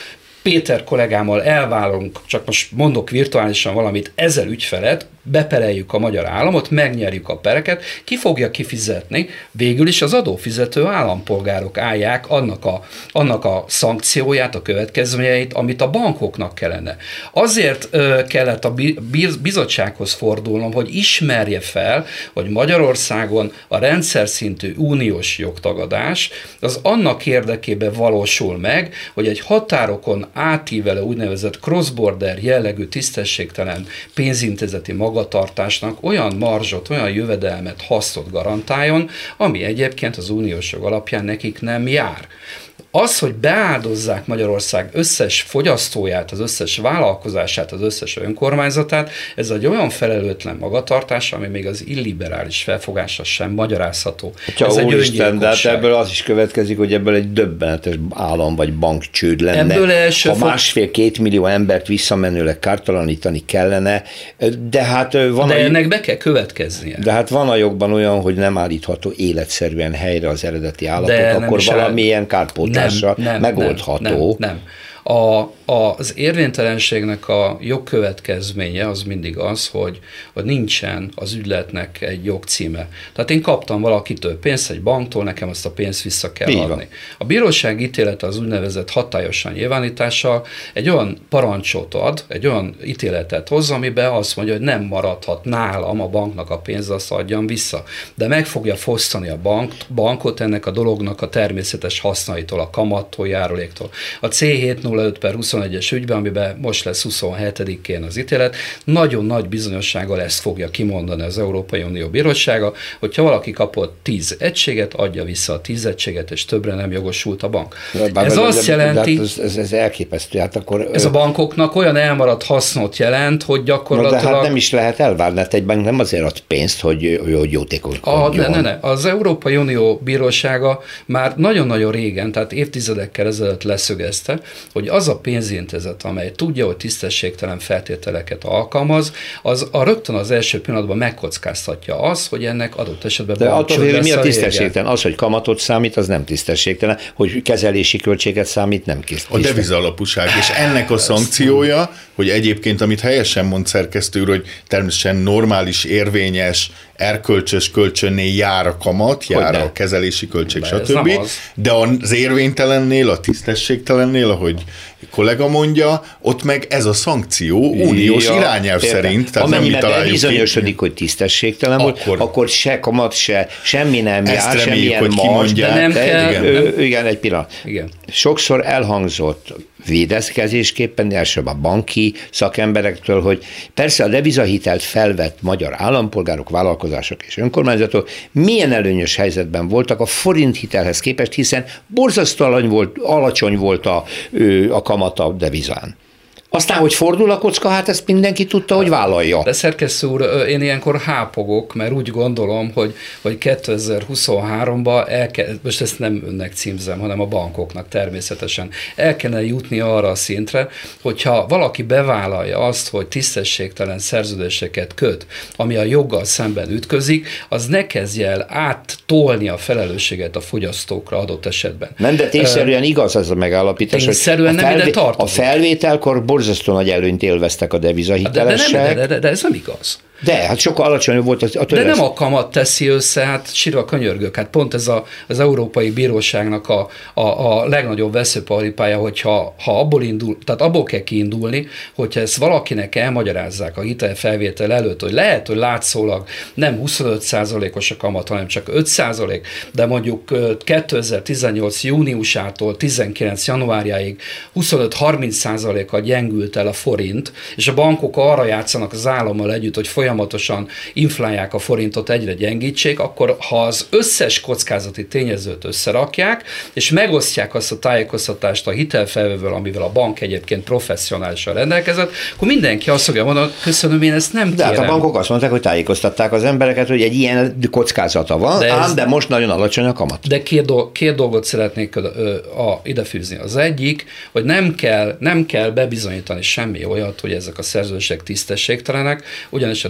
Péter kollégámmal elvállalunk, csak most mondok virtuálisan valamit, ezer ügyfelet, bepereljük a magyar államot, megnyerjük a pereket, ki fogja kifizetni? Végül is az adófizető állampolgárok állják annak a, annak a szankcióját, a következményeit, amit a bankoknak kellene. Azért ö, kellett a bizottsághoz fordulnom, hogy ismerje fel, hogy Magyarországon a rendszer szintű uniós jogtagadás az annak érdekében valósul meg, hogy egy határokon átívelő úgynevezett cross-border jellegű tisztességtelen pénzintézeti magatartásnak olyan marzsot, olyan jövedelmet, hasznot garantáljon, ami egyébként az uniós jog alapján nekik nem jár. Az, hogy beáldozzák Magyarország összes fogyasztóját, az összes vállalkozását, az összes önkormányzatát, ez egy olyan felelőtlen magatartás, ami még az illiberális felfogásra sem magyarázható. Csak ez egy Úristen, de hát ebből az is következik, hogy ebből egy döbbenetes állam vagy bankcsőd lenne. Ebből első ha fog... másfél-két millió embert visszamenőleg kártalanítani kellene, de hát van... De a... ennek be kell következnie. De hát van a jogban olyan, hogy nem állítható életszerűen helyre az eredeti állatot, akkor valamilyen kárpótlás Nem, nem, megoldható. Nem, nem. A, a, az érvénytelenségnek a jogkövetkezménye az mindig az, hogy, hogy nincsen az ügyletnek egy jogcíme. Tehát én kaptam valakitől pénzt egy banktól, nekem azt a pénzt vissza kell Így adni. Van. A bíróság ítélete az úgynevezett hatályosan nyilvánítással egy olyan parancsot ad, egy olyan ítéletet hoz, amiben azt mondja, hogy nem maradhat nálam a banknak a pénzt, azt adjam vissza. De meg fogja fosztani a bank, bankot ennek a dolognak a természetes hasznaitól, a kamattól, járuléktól. A C hétszázöt per huszonegyes ügyben, amiben most lesz huszonhetedikén az ítélet, nagyon nagy bizonyossággal ezt fogja kimondani az Európai Unió Bírósága, hogyha valaki kapott tíz egységet, adja vissza a tíz egységet, és többre nem jogosult a bank. Bár ez azt de, jelenti... De ez, ez, ez elképesztő. Hát akkor, ez a bankoknak olyan elmaradt hasznot jelent, hogy gyakorlatilag... De hát nem is lehet elvárni, hát egy bank nem azért ad pénzt, hogy, hogy jótékonykodjon. Ne, ne, ne. Az Európai Unió Bírósága már nagyon-nagyon régen, tehát évtizedekkel ezelőtt leszögezte, hogy az a pénzintézet, amely tudja, hogy tisztességtelen feltételeket alkalmaz, az a rögtön az első pillanatban megkockáztatja az, hogy ennek adott esetben de attól fél, mi a tisztességtelen? Az, hogy kamatot számít, az nem tisztességtelen, hogy kezelési költséget számít, nem tisztességtelen. A devizalapúság, és ennek a szankciója, hogy egyébként, amit helyesen mond szerkesztő úr, hogy természetesen normális, érvényes, erkölcsös kölcsönnél jár a kamat, jár Hogyne. a kezelési költség, de stb. De az érvénytelennél, a tisztességtelennél, ahogy kollega mondja, ott meg ez a szankció uniós ja, irányelv érte. szerint. Tehát amennyiben elbizonyosodik, hogy tisztességtelen volt, akkor, akkor se kamat, se semmi nem jár, semmilyen marsz. De nem kell. Igen, nem. igen, egy pillanat. Igen. Sokszor elhangzott védekezésképpen, elsőbb a banki szakemberektől, hogy persze a devizahitelt felvett magyar állampolgárok, vállalkozások és önkormányzatok milyen előnyös helyzetben voltak a forint hitelhez képest, hiszen borzasztó alacsony volt, alacsony volt a, a kamata a devizán. Aztán, hogy fordul a kocka, hát ezt mindenki tudta, hogy vállalja. De szerkesztő úr, én ilyenkor hápogok, mert úgy gondolom, hogy, hogy kétezer-huszonháromban el kell, most ezt nem önnek címzem, hanem a bankoknak természetesen, el kellene jutni arra a szintre, hogyha valaki bevállalja azt, hogy tisztességtelen szerződéseket köt, ami a joggal szemben ütközik, az ne kezdje el áttolni a felelősséget a fogyasztókra adott esetben. Nem, de tényszerűen uh, igaz ez a megállapítás, tényszerűen hogy a, felvé- nem a felvételkor borzasztó nagy előnyt élveztek a devizahitelesek. De, de, de, de, de ez nem igaz. De, hát sokkal alacsonyabb volt az, a De nem a kamat teszi össze, hát sírva könyörgök. Hát pont ez a, az Európai Bíróságnak a, a, a legnagyobb veszőparipája, hogyha ha abból indul, tehát abból kell kiindulni, hogyha ezt valakinek elmagyarázzák a hitelfelvétel előtt, hogy lehet, hogy látszólag nem huszonöt százalékos a kamat, hanem csak öt százalék, de mondjuk kétezer-tizennyolc júniusától tizenkilenc januárjáig huszonöt-harminc százalékkal gyengült el a forint, és a bankok arra játszanak az állammal együtt, hogy folyamatosan inflálják a forintot, egyre gyengítsék, akkor ha az összes kockázati tényezőt összerakják, és megosztják azt a tájékoztatást a hitelfelvevővel, amivel a bank egyébként professzionálisan rendelkezett, akkor mindenki azt fogja mondani, köszönöm, én ezt nem de kérem. Hát a bankok azt mondták, hogy tájékoztatták az embereket, hogy egy ilyen kockázata van, de, ám, de most nagyon alacsony a kamat. De két, do- két dolgot szeretnék ö, a, idefűzni. Az egyik, hogy nem kell, nem kell bebizonyítani semmi olyat, hogy ezek a szerződések tisztességtelenek, ugyanis a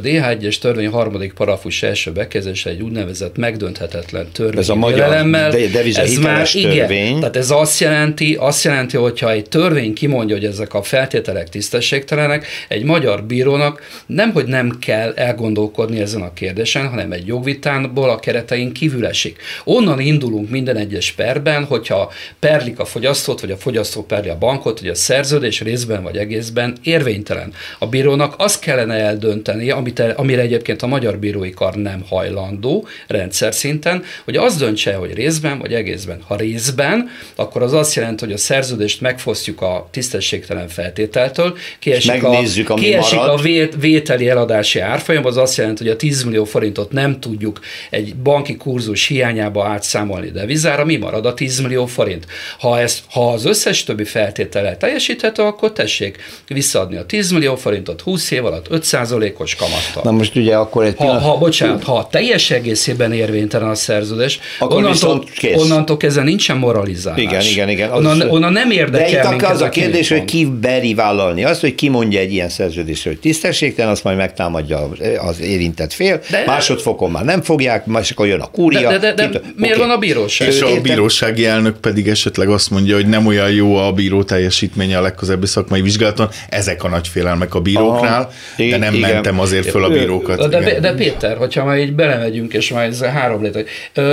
dé há egyes törvény harmadik paragrafus első bekezdése egy úgynevezett megdönthetetlen törvény. Ez a magyar devizahiteles törvény. Igen, tehát ez azt jelenti, azt jelenti, hogyha egy törvény kimondja, hogy ezek a feltételek tisztességtelenek, egy magyar bírónak nemhogy nem kell elgondolkodni ezen a kérdésen, hanem egy jogvitánból a keretein kívül esik. Onnan indulunk minden egyes perben, hogyha perlik a fogyasztót, vagy a fogyasztó perli a bankot, hogy a szerződés részben vagy egészben érvénytelen. A bírónak azt kellene eldönteni, amit, amire egyébként a magyar bírói kar nem hajlandó rendszer szinten, hogy az döntse, hogy részben vagy egészben. Ha részben, akkor az azt jelenti, hogy a szerződést megfosztjuk a tisztességtelen feltételtől, kiesik a, kiesik a vételi eladási árfolyam, az azt jelenti, hogy a tíz millió forintot nem tudjuk egy banki kurzus hiányába átszámolni devizára, mi marad a tíz millió forint. Ha, ezt, ha az összes többi feltétele teljesíthető, akkor tessék visszaadni a tíz millió forintot húsz év alatt öt százalékos kamattal. Na most ugye akkor egy ha, ha, bocsánat, ha teljes egészében érvénytelen a szerződés, akkor onnantól, onnantól kezdve nincsen moralizálás. Igen, igen, igen. Az, onnan, onnan nem érdekel de minket. De itt az a kérdés, hogy ki beri vállalni. Azt, hogy ki mondja egy ilyen szerződésről, hogy tisztességtelen, azt majd megtámadja az érintett fél, de, másodfokon már nem fogják, más akkor jön a kúria. De, de, de, de miért okay. van a bíróság? És a bírósági elnök pedig esetleg azt mondja, hogy nem olyan jó a bíró teljesítménye a legközelebbi szakmai vizsgálaton. Ezek a nagy félelmek a bíróknál, aha, de nem igen. mentem azért föl a bírókat. De, de, de Péter, hogyha már így belemegyünk, és már ez három létek.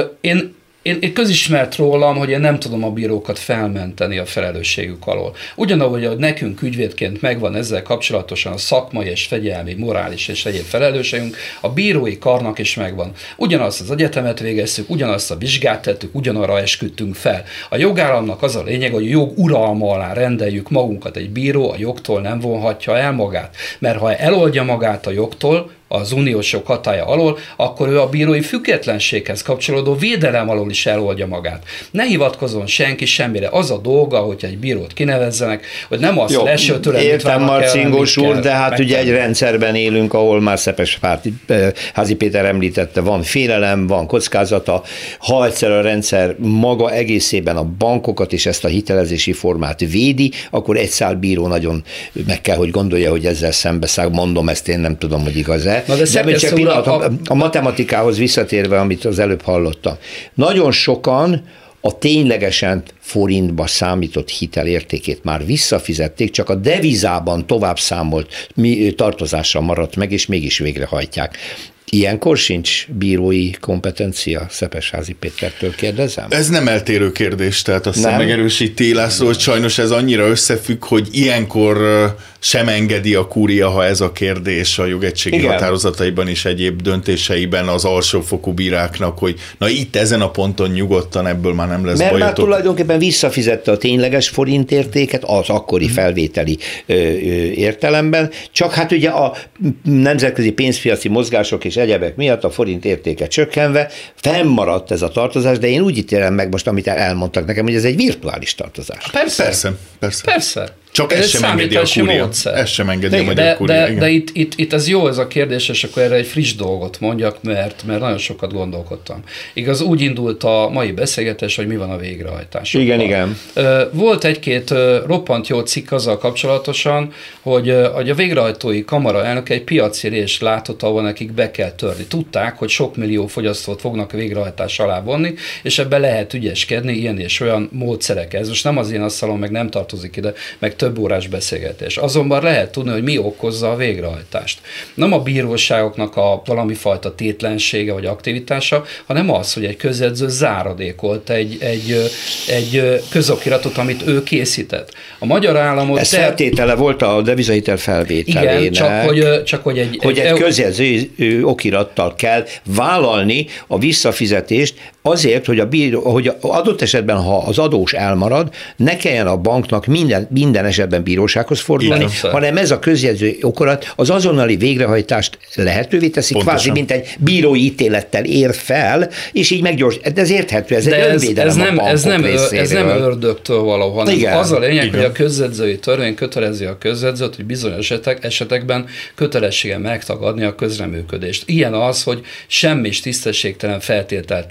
Én Én, én közismert rólam, hogy én nem tudom a bírókat felmenteni a felelősségük alól. Ugyanúgy, hogy nekünk ügyvédként megvan ezzel kapcsolatosan a szakmai és fegyelmi, morális és egyéb felelősségünk, a bírói karnak is megvan. Ugyanazt az egyetemet végeztük, ugyanazt a vizsgát tettük, ugyanarra esküdtünk fel. A jogállamnak az a lényeg, hogy a jog uralma alá rendeljük magunkat. Egy bíró a jogtól nem vonhatja el magát, mert ha eloldja magát a jogtól, az uniós jog hatálya alól, akkor ő a bírói függetlenséghez kapcsolódó védelem alól is eloldja magát. Ne hivatkozzon senki semmire. Az a dolga, hogy egy bírót kinevezzenek, hogy nem azt leső tőle, értem, Marcingós úr, de hát megtenni. Ugye egy rendszerben élünk, ahol már Szepes Házi Péter említette, van félelem, van kockázata. Ha egyszer a rendszer maga egészében a bankokat és ezt a hitelezési formát védi, akkor egy szál bíró nagyon meg kell, hogy gondolja, hogy ezzel szembeszáll. Mondom ezt, én nem tudom, hogy igaz-e. Na de de csak pillanat, a, a matematikához visszatérve, amit az előbb hallottam. Nagyon sokan a ténylegesen forintba számított hitelértékét már visszafizették, csak a devizában tovább számolt tartozással maradt meg, és mégis végrehajtják. Ilyenkor sincs bírói kompetencia? Szepesházi Pétertől kérdezem. Ez nem eltérő kérdés, tehát azt hiszem megerősíti László, hogy sajnos ez annyira összefügg, hogy ilyenkor sem engedi a kúria, ha ez a kérdés a jogegységi igen. határozataiban és egyéb döntéseiben az alsófokú bíráknak, hogy na itt ezen a ponton nyugodtan ebből már nem lesz Mert bajotok. Mert már tulajdonképpen visszafizette a tényleges forintértéket az akkori felvételi ö, ö, értelemben, csak hát ugye a nemzetközi pénzpiaci mozgások és egyebek miatt a forint értéke csökkenve fennmaradt ez a tartozás, de én úgy ítélem meg most, amit elmondtak nekem, hogy ez egy virtuális tartozás. Persze. Persze. Persze. Persze. Csak ez sem engedi a kúria. Ez sem engedi a magyar kúria. De, de itt, itt, itt ez jó ez a kérdés, és akkor erre egy friss dolgot mondjak, mert, mert nagyon sokat gondolkodtam. Igaz, úgy indult a mai beszélgetés, hogy mi van a végrehajtással. Igen, igen. Volt egy-két roppant jó cikk azzal kapcsolatosan, hogy a végrehajtói kamara elnök egy piaci rést látott, ahol nekik be kell törni. Tudták, hogy sok millió fogyasztót fognak a végrehajtás alá vonni, és ebben lehet ügyeskedni ilyen és olyan módszerekkel. Ez most nem az én asztalon, meg nem tartozik ide, meg több órás beszélgetés. Azonban lehet tudni, hogy mi okozza a végrehajtást. Nem a bíróságoknak a valami fajta tétlensége vagy aktivitása, hanem az, hogy egy közjegyző záradékolt egy, egy, egy közokiratot, amit ő készített. A magyar államot... Ez te... feltétele volt a devizahitel felvételének. Igen, csak hogy, csak hogy egy... Hogy egy, egy közjegyző okirattal kell vállalni a visszafizetést azért, hogy, a bíró, hogy adott esetben, ha az adós elmarad, ne kelljen a banknak minden, minden esetben bírósághoz fordulni, igen, hanem ez a közjegyző okirat az azonnali végrehajtást lehetővé teszi, pontosan. Kvázi, mint egy bírói ítélettel ér fel, és így meggyors. De ez érthető, ez de egy önvédelem ez, ez nem, a ez nem, részéről. Ez nem ördögtől való, hanem igen, az a lényeg, igen. hogy a közjegyzői törvény kötelezi a közjegyzőt, hogy bizonyos esetek, esetekben kötelessége megtagadni a közreműködést. Ilyen az, hogy semmi is tisztességtelen feltételt nem foglal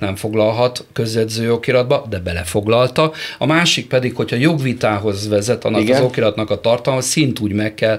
belefoglalhat közjegyző okiratba, de belefoglalta. A másik pedig, hogyha jogvitához vezet annak Igen. az okiratnak a tartalma, szintúgy meg kell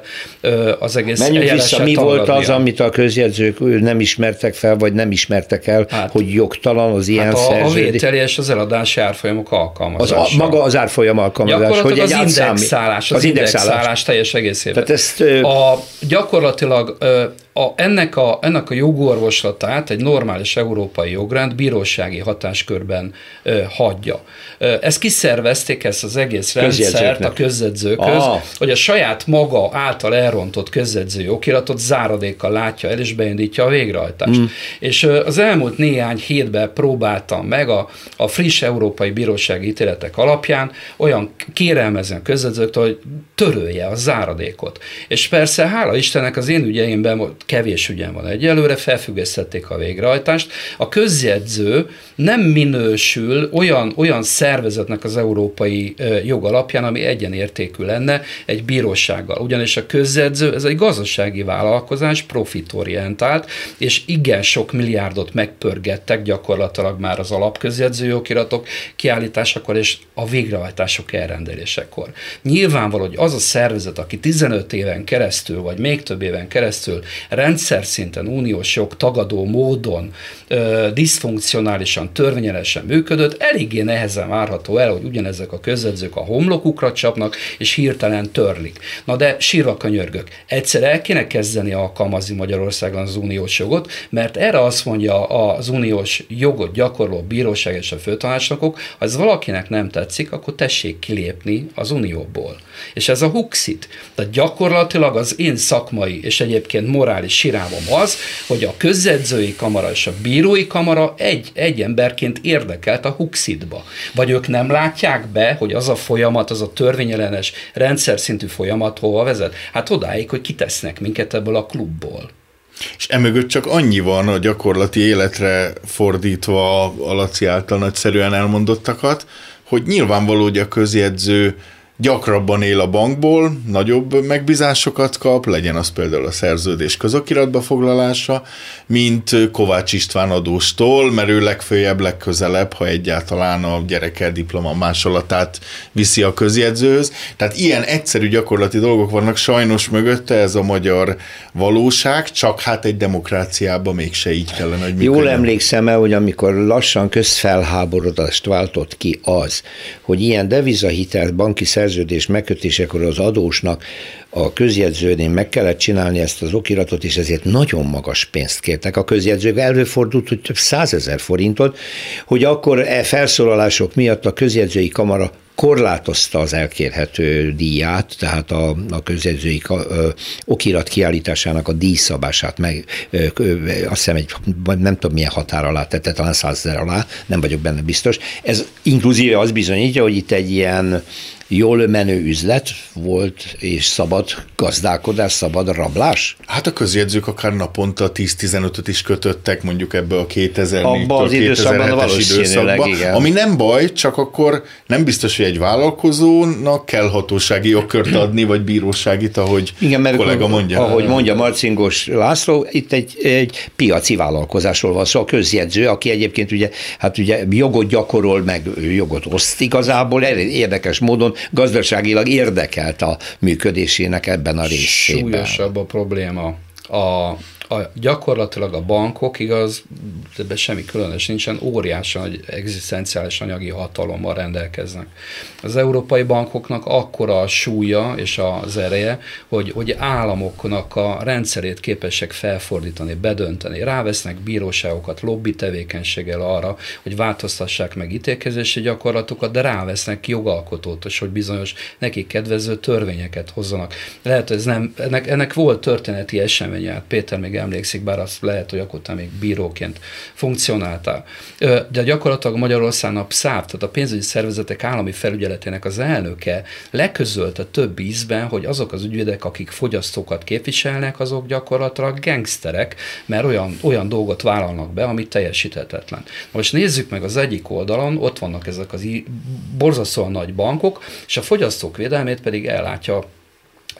az egész Menjünk vissza, mi volt az, amit a közjegyzők nem ismertek fel, vagy nem ismertek el, hát, hogy jogtalan az ilyen hát a, szerződés? A vételi és az eladási árfolyamok alkalmazása. Az, a, maga az árfolyam alkalmazás. Hogy egy az indexálás, az, az indexálás, indexálás teljes egészében. Tehát ezt, a, gyakorlatilag a, ennek, a, ennek a jogorvoslatát egy normális európai jogrend bírósági hatáskörben ö, hagyja. Ö, ezt kiszervezték, ezt az egész rendszert a közjegyzőkhöz, ah. hogy a saját maga által elrontott közjegyzői okiratot záradékkal látja el, és beindítja a végrehajtást. Mm. És ö, az elmúlt néhány hétben próbáltam meg a, a friss európai bírósági ítéletek alapján olyan kérelmezni a közjegyzőktől, hogy törölje a záradékot. És persze, hála Istennek, az én ügyeimben kevés ügyen van egyelőre, felfüggesztették a végrehajtást. A közjegyző nem minősül olyan, olyan szervezetnek az európai jog alapján, ami egyenértékű lenne egy bírósággal. Ugyanis a közjegyző, ez egy gazdasági vállalkozás, profitorientált, és igen sok milliárdot megpörgettek gyakorlatilag már az alapközjegyző okiratok kiállításakor és a végrehajtások elrendelésekor. Nyilvánvaló, hogy az a szervezet, aki tizenöt éven keresztül, vagy még több éven keresztül rendszer szinten, uniós jog tagadó módon, ö, diszfunkcionálisan, törvényelesen működött, eléggé nehezen várható el, hogy ugyanezek a közjegyzők a homlokukra csapnak, és hirtelen törlik. Na de sírva könyörgök. Egyszer el kéne kezdeni alkalmazni Magyarországon az uniós jogot, mert erre azt mondja az uniós jogot gyakorló bíróság és a főtanácsnokok, ha ez valakinek nem tetszik, akkor tessék kilépni az unióból. És ez a huxit. Tehát gyakorlatilag az én szakmai és egyébként morális sirálom az, hogy a közjegyzői kamara és a bírói kamara egy, egy emberként érdekelt a huxitba. Vagy ők nem látják be, hogy az a folyamat, az a törvényellenes rendszer szintű folyamat hova vezet? Hát odáig, hogy kitesznek minket ebből a klubból. És emögött csak annyi van a gyakorlati életre fordítva a Laci által nagyszerűen elmondottakat, hogy nyilvánvaló, hogy a közjegyző gyakrabban él a bankból, nagyobb megbízásokat kap, legyen az például a szerződés közokiratba foglalása, mint Kovács István adóstól, mert ő legfőjebb, legközelebb, ha egyáltalán a gyereke diploma másolatát viszi a közjegyzőhöz. Tehát ilyen egyszerű gyakorlati dolgok vannak sajnos mögötte, ez a magyar valóság, csak hát egy demokráciában mégse így kellene, hogy működjön. Jól emlékszem el, hogy amikor lassan közfelháborodást váltott ki az, hogy ilyen devizahitel banki szerződés megkötésekor az adósnak a közjegyzőnél meg kellett csinálni ezt az okiratot, és ezért nagyon magas pénzt kértek a közjegyzők. Előfordult, hogy több százezer forintot, hogy akkor e felszólalások miatt a közjegyzői kamara korlátozta az elkérhető díját, tehát a, a közjegyzői ö, okirat kiállításának a díjszabását meg, ö, ö, azt hiszem egy, nem tudom milyen határ alá tette, talán százezer alá, nem vagyok benne biztos. Ez inkluzíve az bizonyítja, hogy itt egy ilyen jól menő üzlet volt, és szabad gazdálkodás, szabad rablás? Hát a közjegyzők akár naponta tíz-tizenötöt is kötöttek, mondjuk ebbe a kétezer-négytől kétezer-hetes időszakban, igen. Ami nem baj, csak akkor nem biztos, hogy egy vállalkozónak kell hatósági jogkört adni, vagy bíróságit, ahogy igen, mert kollega mondja. Ahogy mondja Marcingos László, itt egy, egy piaci vállalkozásról van szó, a közjegyző, aki egyébként ugye, hát ugye jogot gyakorol, meg jogot oszt igazából, érdekes módon gazdaságilag érdekelt a működésének ebben a részében. Súlyosabb a probléma. A, a, gyakorlatilag a bankok, igaz, ebben semmi különös nincsen, óriási nagy egzisztenciális anyagi hatalommal rendelkeznek. Az európai bankoknak akkora a súlya és az ereje, hogy, hogy államoknak a rendszerét képesek felfordítani, bedönteni. Rávesznek bíróságokat lobby tevékenységgel arra, hogy változtassák meg ítélkezési gyakorlatokat, de rávesznek jogalkotót, és hogy bizonyos nekik kedvező törvényeket hozzanak. Lehet, hogy ez nem, ennek, ennek volt történeti eseménye, Péter még emlékszik, bár azt lehet, hogy akkor te még bíróként funkcionáltál. De gyakorlatilag Magyarországon a pszáv, tehát a pénzügyi szervezetek állami felügyeletének az elnöke leközölte több ízben, hogy azok az ügyvédek, akik fogyasztókat képviselnek, azok gyakorlatilag gangsterek, mert olyan, olyan dolgot vállalnak be, ami teljesíthetetlen. Most nézzük meg az egyik oldalon, ott vannak ezek az borzasztóan nagy bankok, és a fogyasztók védelmét pedig ellátja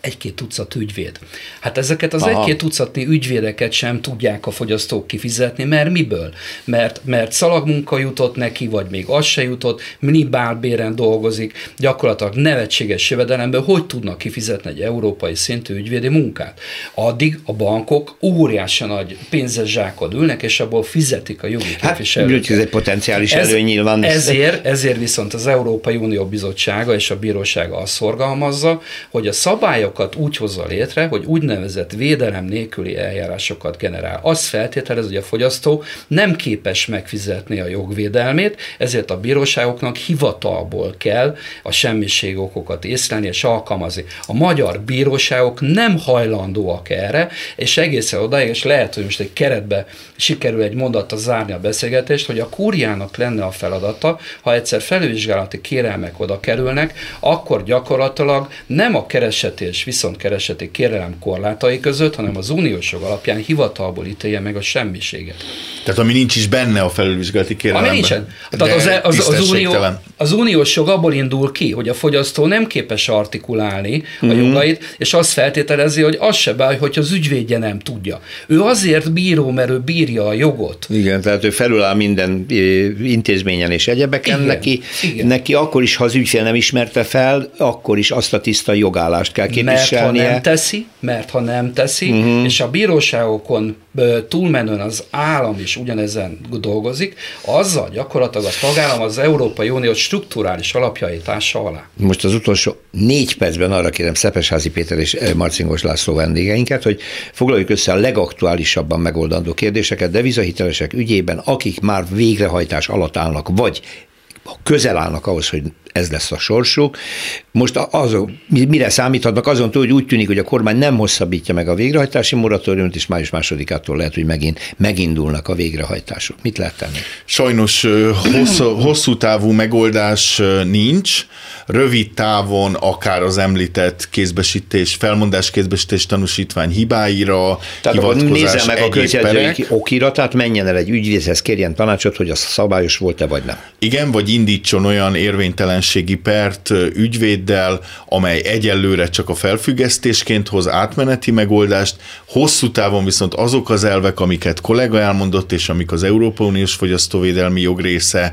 egy-két tucat ügyvéd. Hát ezeket az Aha. egy-két tucatnyi ügyvédeket sem tudják a fogyasztók kifizetni, mert miből? Mert, mert szalagmunka jutott neki, vagy még az se jutott, minimálbéren dolgozik, gyakorlatilag nevetséges jövedelemből, hogy tudnak kifizetni egy európai szintű ügyvédi munkát. Addig a bankok óriási nagy pénzes zsákon ülnek, és abból fizetik a jogi képviselőket. Hát, ez egy potenciális Ez, előny nyilván. Ezért, ezért viszont az Európai Unió Bizottsága és a bírósága azt szorgalmazza, hogy a szabályokat úgy hozza létre, hogy úgynevezett védelem nélküli eljárásokat generál. Azt feltételez, hogy a fogyasztó nem képes megfizetni a jogvédelmét, ezért a bíróságoknak hivatalból kell a semmiség okokat észlelni és alkalmazni. A magyar bíróságok nem hajlandóak erre, és egészen odáig, és lehet, hogy most egy keretbe sikerül egy mondattal zárni a beszélgetést, hogy a kúriának lenne a feladata, ha egyszer felülvizsgálati kérelmek oda kerülnek, akkor gyakorlatilag nem a kereseti és viszontkereseti kérelem korlátai között, hanem az uniós jog alapján hivatalból ítélje meg a semmiséget. Tehát ami nincs is benne a felülvizsgálati kérelemben. Ami nincsen. Tehát az, az, az, unió, az uniós jog abból indul ki, hogy a fogyasztó nem képes artikulálni a mm-hmm. jogait, és azt feltételezi, hogy az se baj, hogy az ügyvédje nem tudja. Ő azért bíró, mert ő bírja a jogot. Igen, tehát ő felüláll minden intézményen és egyebeken. Igen, neki, igen. neki akkor is, ha az ügyfél nem ismerte fel, akkor is azt a tiszta jogállást kell képviselnie. Mert ha nem teszi, mert ha nem teszi, uh-huh. és a bíróságokon túlmenően az állam is ugyanezen dolgozik, azzal gyakorlatilag a tagállam az Európai Unió strukturális alapjait ássa alá. Most az utolsó négy percben arra kérem Szepesházi Péter és Marcingos László vendégeinket, hogy foglaljuk össze a legaktuálisabban megoldandó kérdéseket devizahitelesek ügyében, akik már végrehajtás alatt állnak, vagy közel állnak ahhoz, hogy ez lesz a sorsuk. Most azon, mire számíthatnak? Azon túl, hogy úgy tűnik, hogy a kormány nem hosszabbítja meg a végrehajtási moratóriumot, és május másodikától lehet, hogy megint megindulnak a végrehajtások. Mit lehet tenni? Sajnos hosszú, hosszú távú megoldás nincs. Rövid távon akár az említett kézbesítés, felmondás kézbesítés tanúsítvány hibáira, tehát hivatkozás, nézze meg a közjegyzői okiratát, menjen el egy ügyvédhez, kérjen tanácsot, hogy az szabályos volt-e vagy nem. Igen, vagy indítson olyan érvénytelenségi pert ügyvéddel, amely egyelőre csak a felfüggesztésként hoz átmeneti megoldást, hosszú távon viszont azok az elvek, amiket kollega elmondott, és amik az Európai Uniós fogyasztóvédelmi jog része,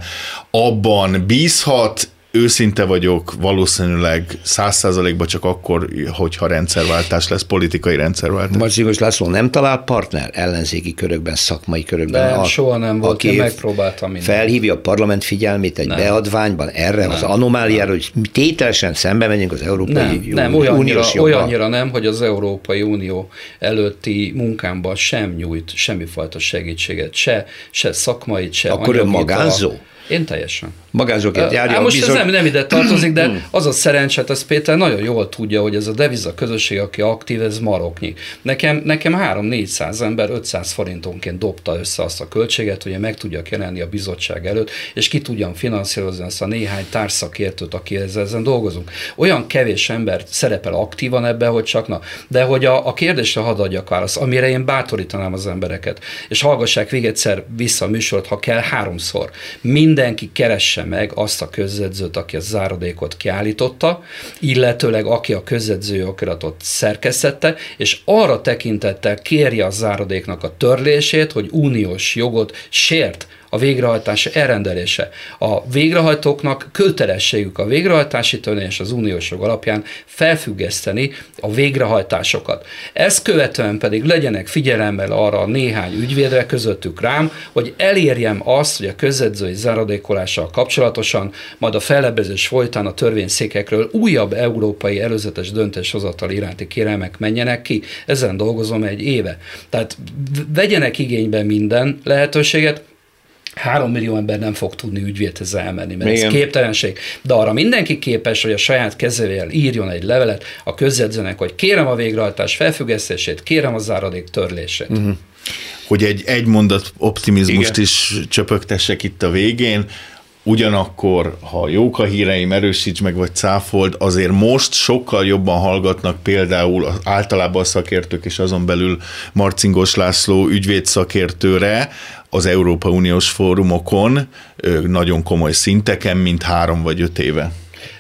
abban bízhat. Őszinte vagyok, valószínűleg száz százalékban csak akkor, hogyha rendszerváltás lesz, politikai rendszerváltás. Marcingos László nem talál partner ellenzéki körökben, szakmai körökben? Nem, a, soha nem volt, én megpróbáltam mindent. Felhívja a parlament figyelmét egy nem. beadványban erre nem. az anomáliára, hogy tételesen szembe megyünk az Európai nem, Unió, nem, olyannyira, Uniós joggal. Olyannyira nem, hogy az Európai Unió előtti munkámban sem nyújt semmifajta segítséget, se, se szakmait, se akkor ön magánzó? Én teljesen. Magánzóként járja a most bizony... ez nem, nem ide tartozik, de az a szerencsét, ez Péter nagyon jól tudja, hogy ez a deviza közösség, aki aktív, ez maroknyi. Nekem, nekem három-négyszáz ember ötszáz forintonként dobta össze azt a költséget, hogy én meg tudjak jelenni a bizottság előtt, és ki tudjam finanszírozni ezt a néhány társszakértőt, aki ezzel ezen dolgozunk. Olyan kevés ember szerepel aktívan ebbe, hogy csak na. De hogy a, a kérdésre hadd adjak választ, amire én bátorítanám az embereket, és hallgassák még egyszer vissza a műsort, ha kell háromszor. Mindenki keresse meg azt a közjegyzőt, aki a záradékot kiállította, illetőleg aki a közjegyzői okiratot szerkesztette, és arra tekintettel kérje a záradéknak a törlését, hogy uniós jogot sért a végrehajtás elrendelése. A végrehajtóknak kötelességük a végrehajtási törvényes az uniós jog alapján felfüggeszteni a végrehajtásokat. Ezt követően pedig legyenek figyelemmel arra a néhány ügyvédre, közöttük rám, hogy elérjem azt, hogy a közjegyzői záradékolással kapcsolatosan, majd a fellebbezés folytán a törvényszékekről újabb európai előzetes döntéshozatal iránti kérelmek menjenek ki. Ezen dolgozom egy éve. Tehát vegyenek igénybe minden lehetőséget. Három millió ember nem fog tudni ügyvédhez elmenni, mert igen. ez képtelenség. De arra mindenki képes, hogy a saját kezével írjon egy levelet a közjegyzőnek, hogy kérem a végrehajtás felfüggesztését, kérem a záradék törlését. Uh-huh. Hogy egy, egy mondat optimizmust igen. is csöpögtessek itt a végén, ugyanakkor, ha jók a híreim, erősíts meg vagy cáfold, azért most sokkal jobban hallgatnak például általában a szakértők, és azon belül Marcingos László ügyvédszakértőre az Európai Uniós fórumokon nagyon komoly szinteken, mint három vagy öt éve.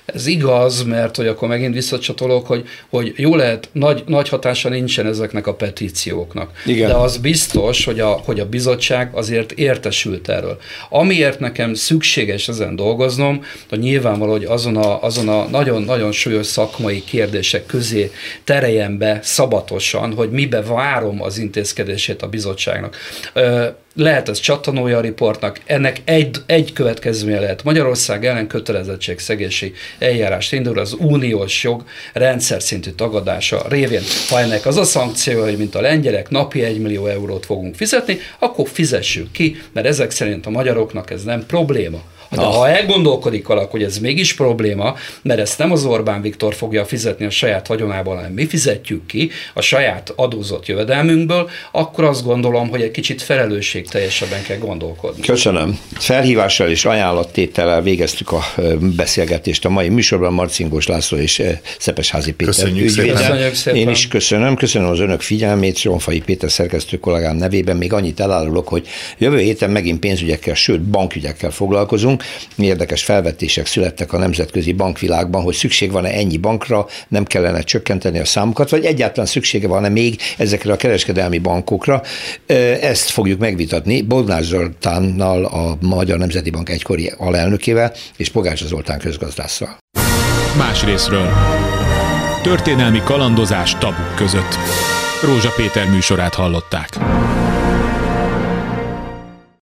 Ez igaz, mert hogy akkor megint visszacsatolok, hogy, hogy jó lehet, nagy, nagy hatása nincsen ezeknek a petícióknak. Igen. De az biztos, hogy a, hogy a bizottság azért értesült erről. Amiért nekem szükséges ezen dolgoznom, hogy nyilvánvaló, hogy azon a, azon a nagyon-nagyon súlyos szakmai kérdések közé tereljen be szabatosan, hogy mibe várom az intézkedését a bizottságnak. Lehet ez csattanója a riportnak, ennek egy, egy következménye lehet. Magyarország ellen kötelezettségszegési eljárást indul az uniós jog rendszer szintű tagadása révén. Ha ennek az a szankció, hogy mint a lengyelek napi egy millió eurót fogunk fizetni, akkor fizessük ki, mert ezek szerint a magyaroknak ez nem probléma. De ha elgondolkodik valaki, hogy ez mégis probléma, mert ezt nem az Orbán Viktor fogja fizetni a saját vagyonából, hanem mi fizetjük ki a saját adózott jövedelmünkből, akkor azt gondolom, hogy egy kicsit felelősségteljesebben kell gondolkodni. Köszönöm. Felhívással és ajánlattétellel végeztük a beszélgetést a mai műsorban. Marcingós László és Szepesházi Péter Köszönjük szépen. Én is köszönöm. Köszönöm az önök figyelmét. Zsonfai Péter szerkesztő kollégám nevében még annyit elárulok, hogy jövő héten megint pénzügyekkel, sőt bankügyekkel foglalkozunk. Érdekes felvetések születtek a nemzetközi bankvilágban, hogy szükség van-e ennyi bankra, nem kellene csökkenteni a számokat, vagy egyáltalán szüksége van-e még ezekre a kereskedelmi bankokra. Ezt fogjuk megvitatni Bognár Zoltánnal, a Magyar Nemzeti Bank egykori alelnökével, és Pogácsa Zoltán közgazdásszal. Más részről. Történelmi kalandozás tabuk között. Rózsa Péter műsorát hallották.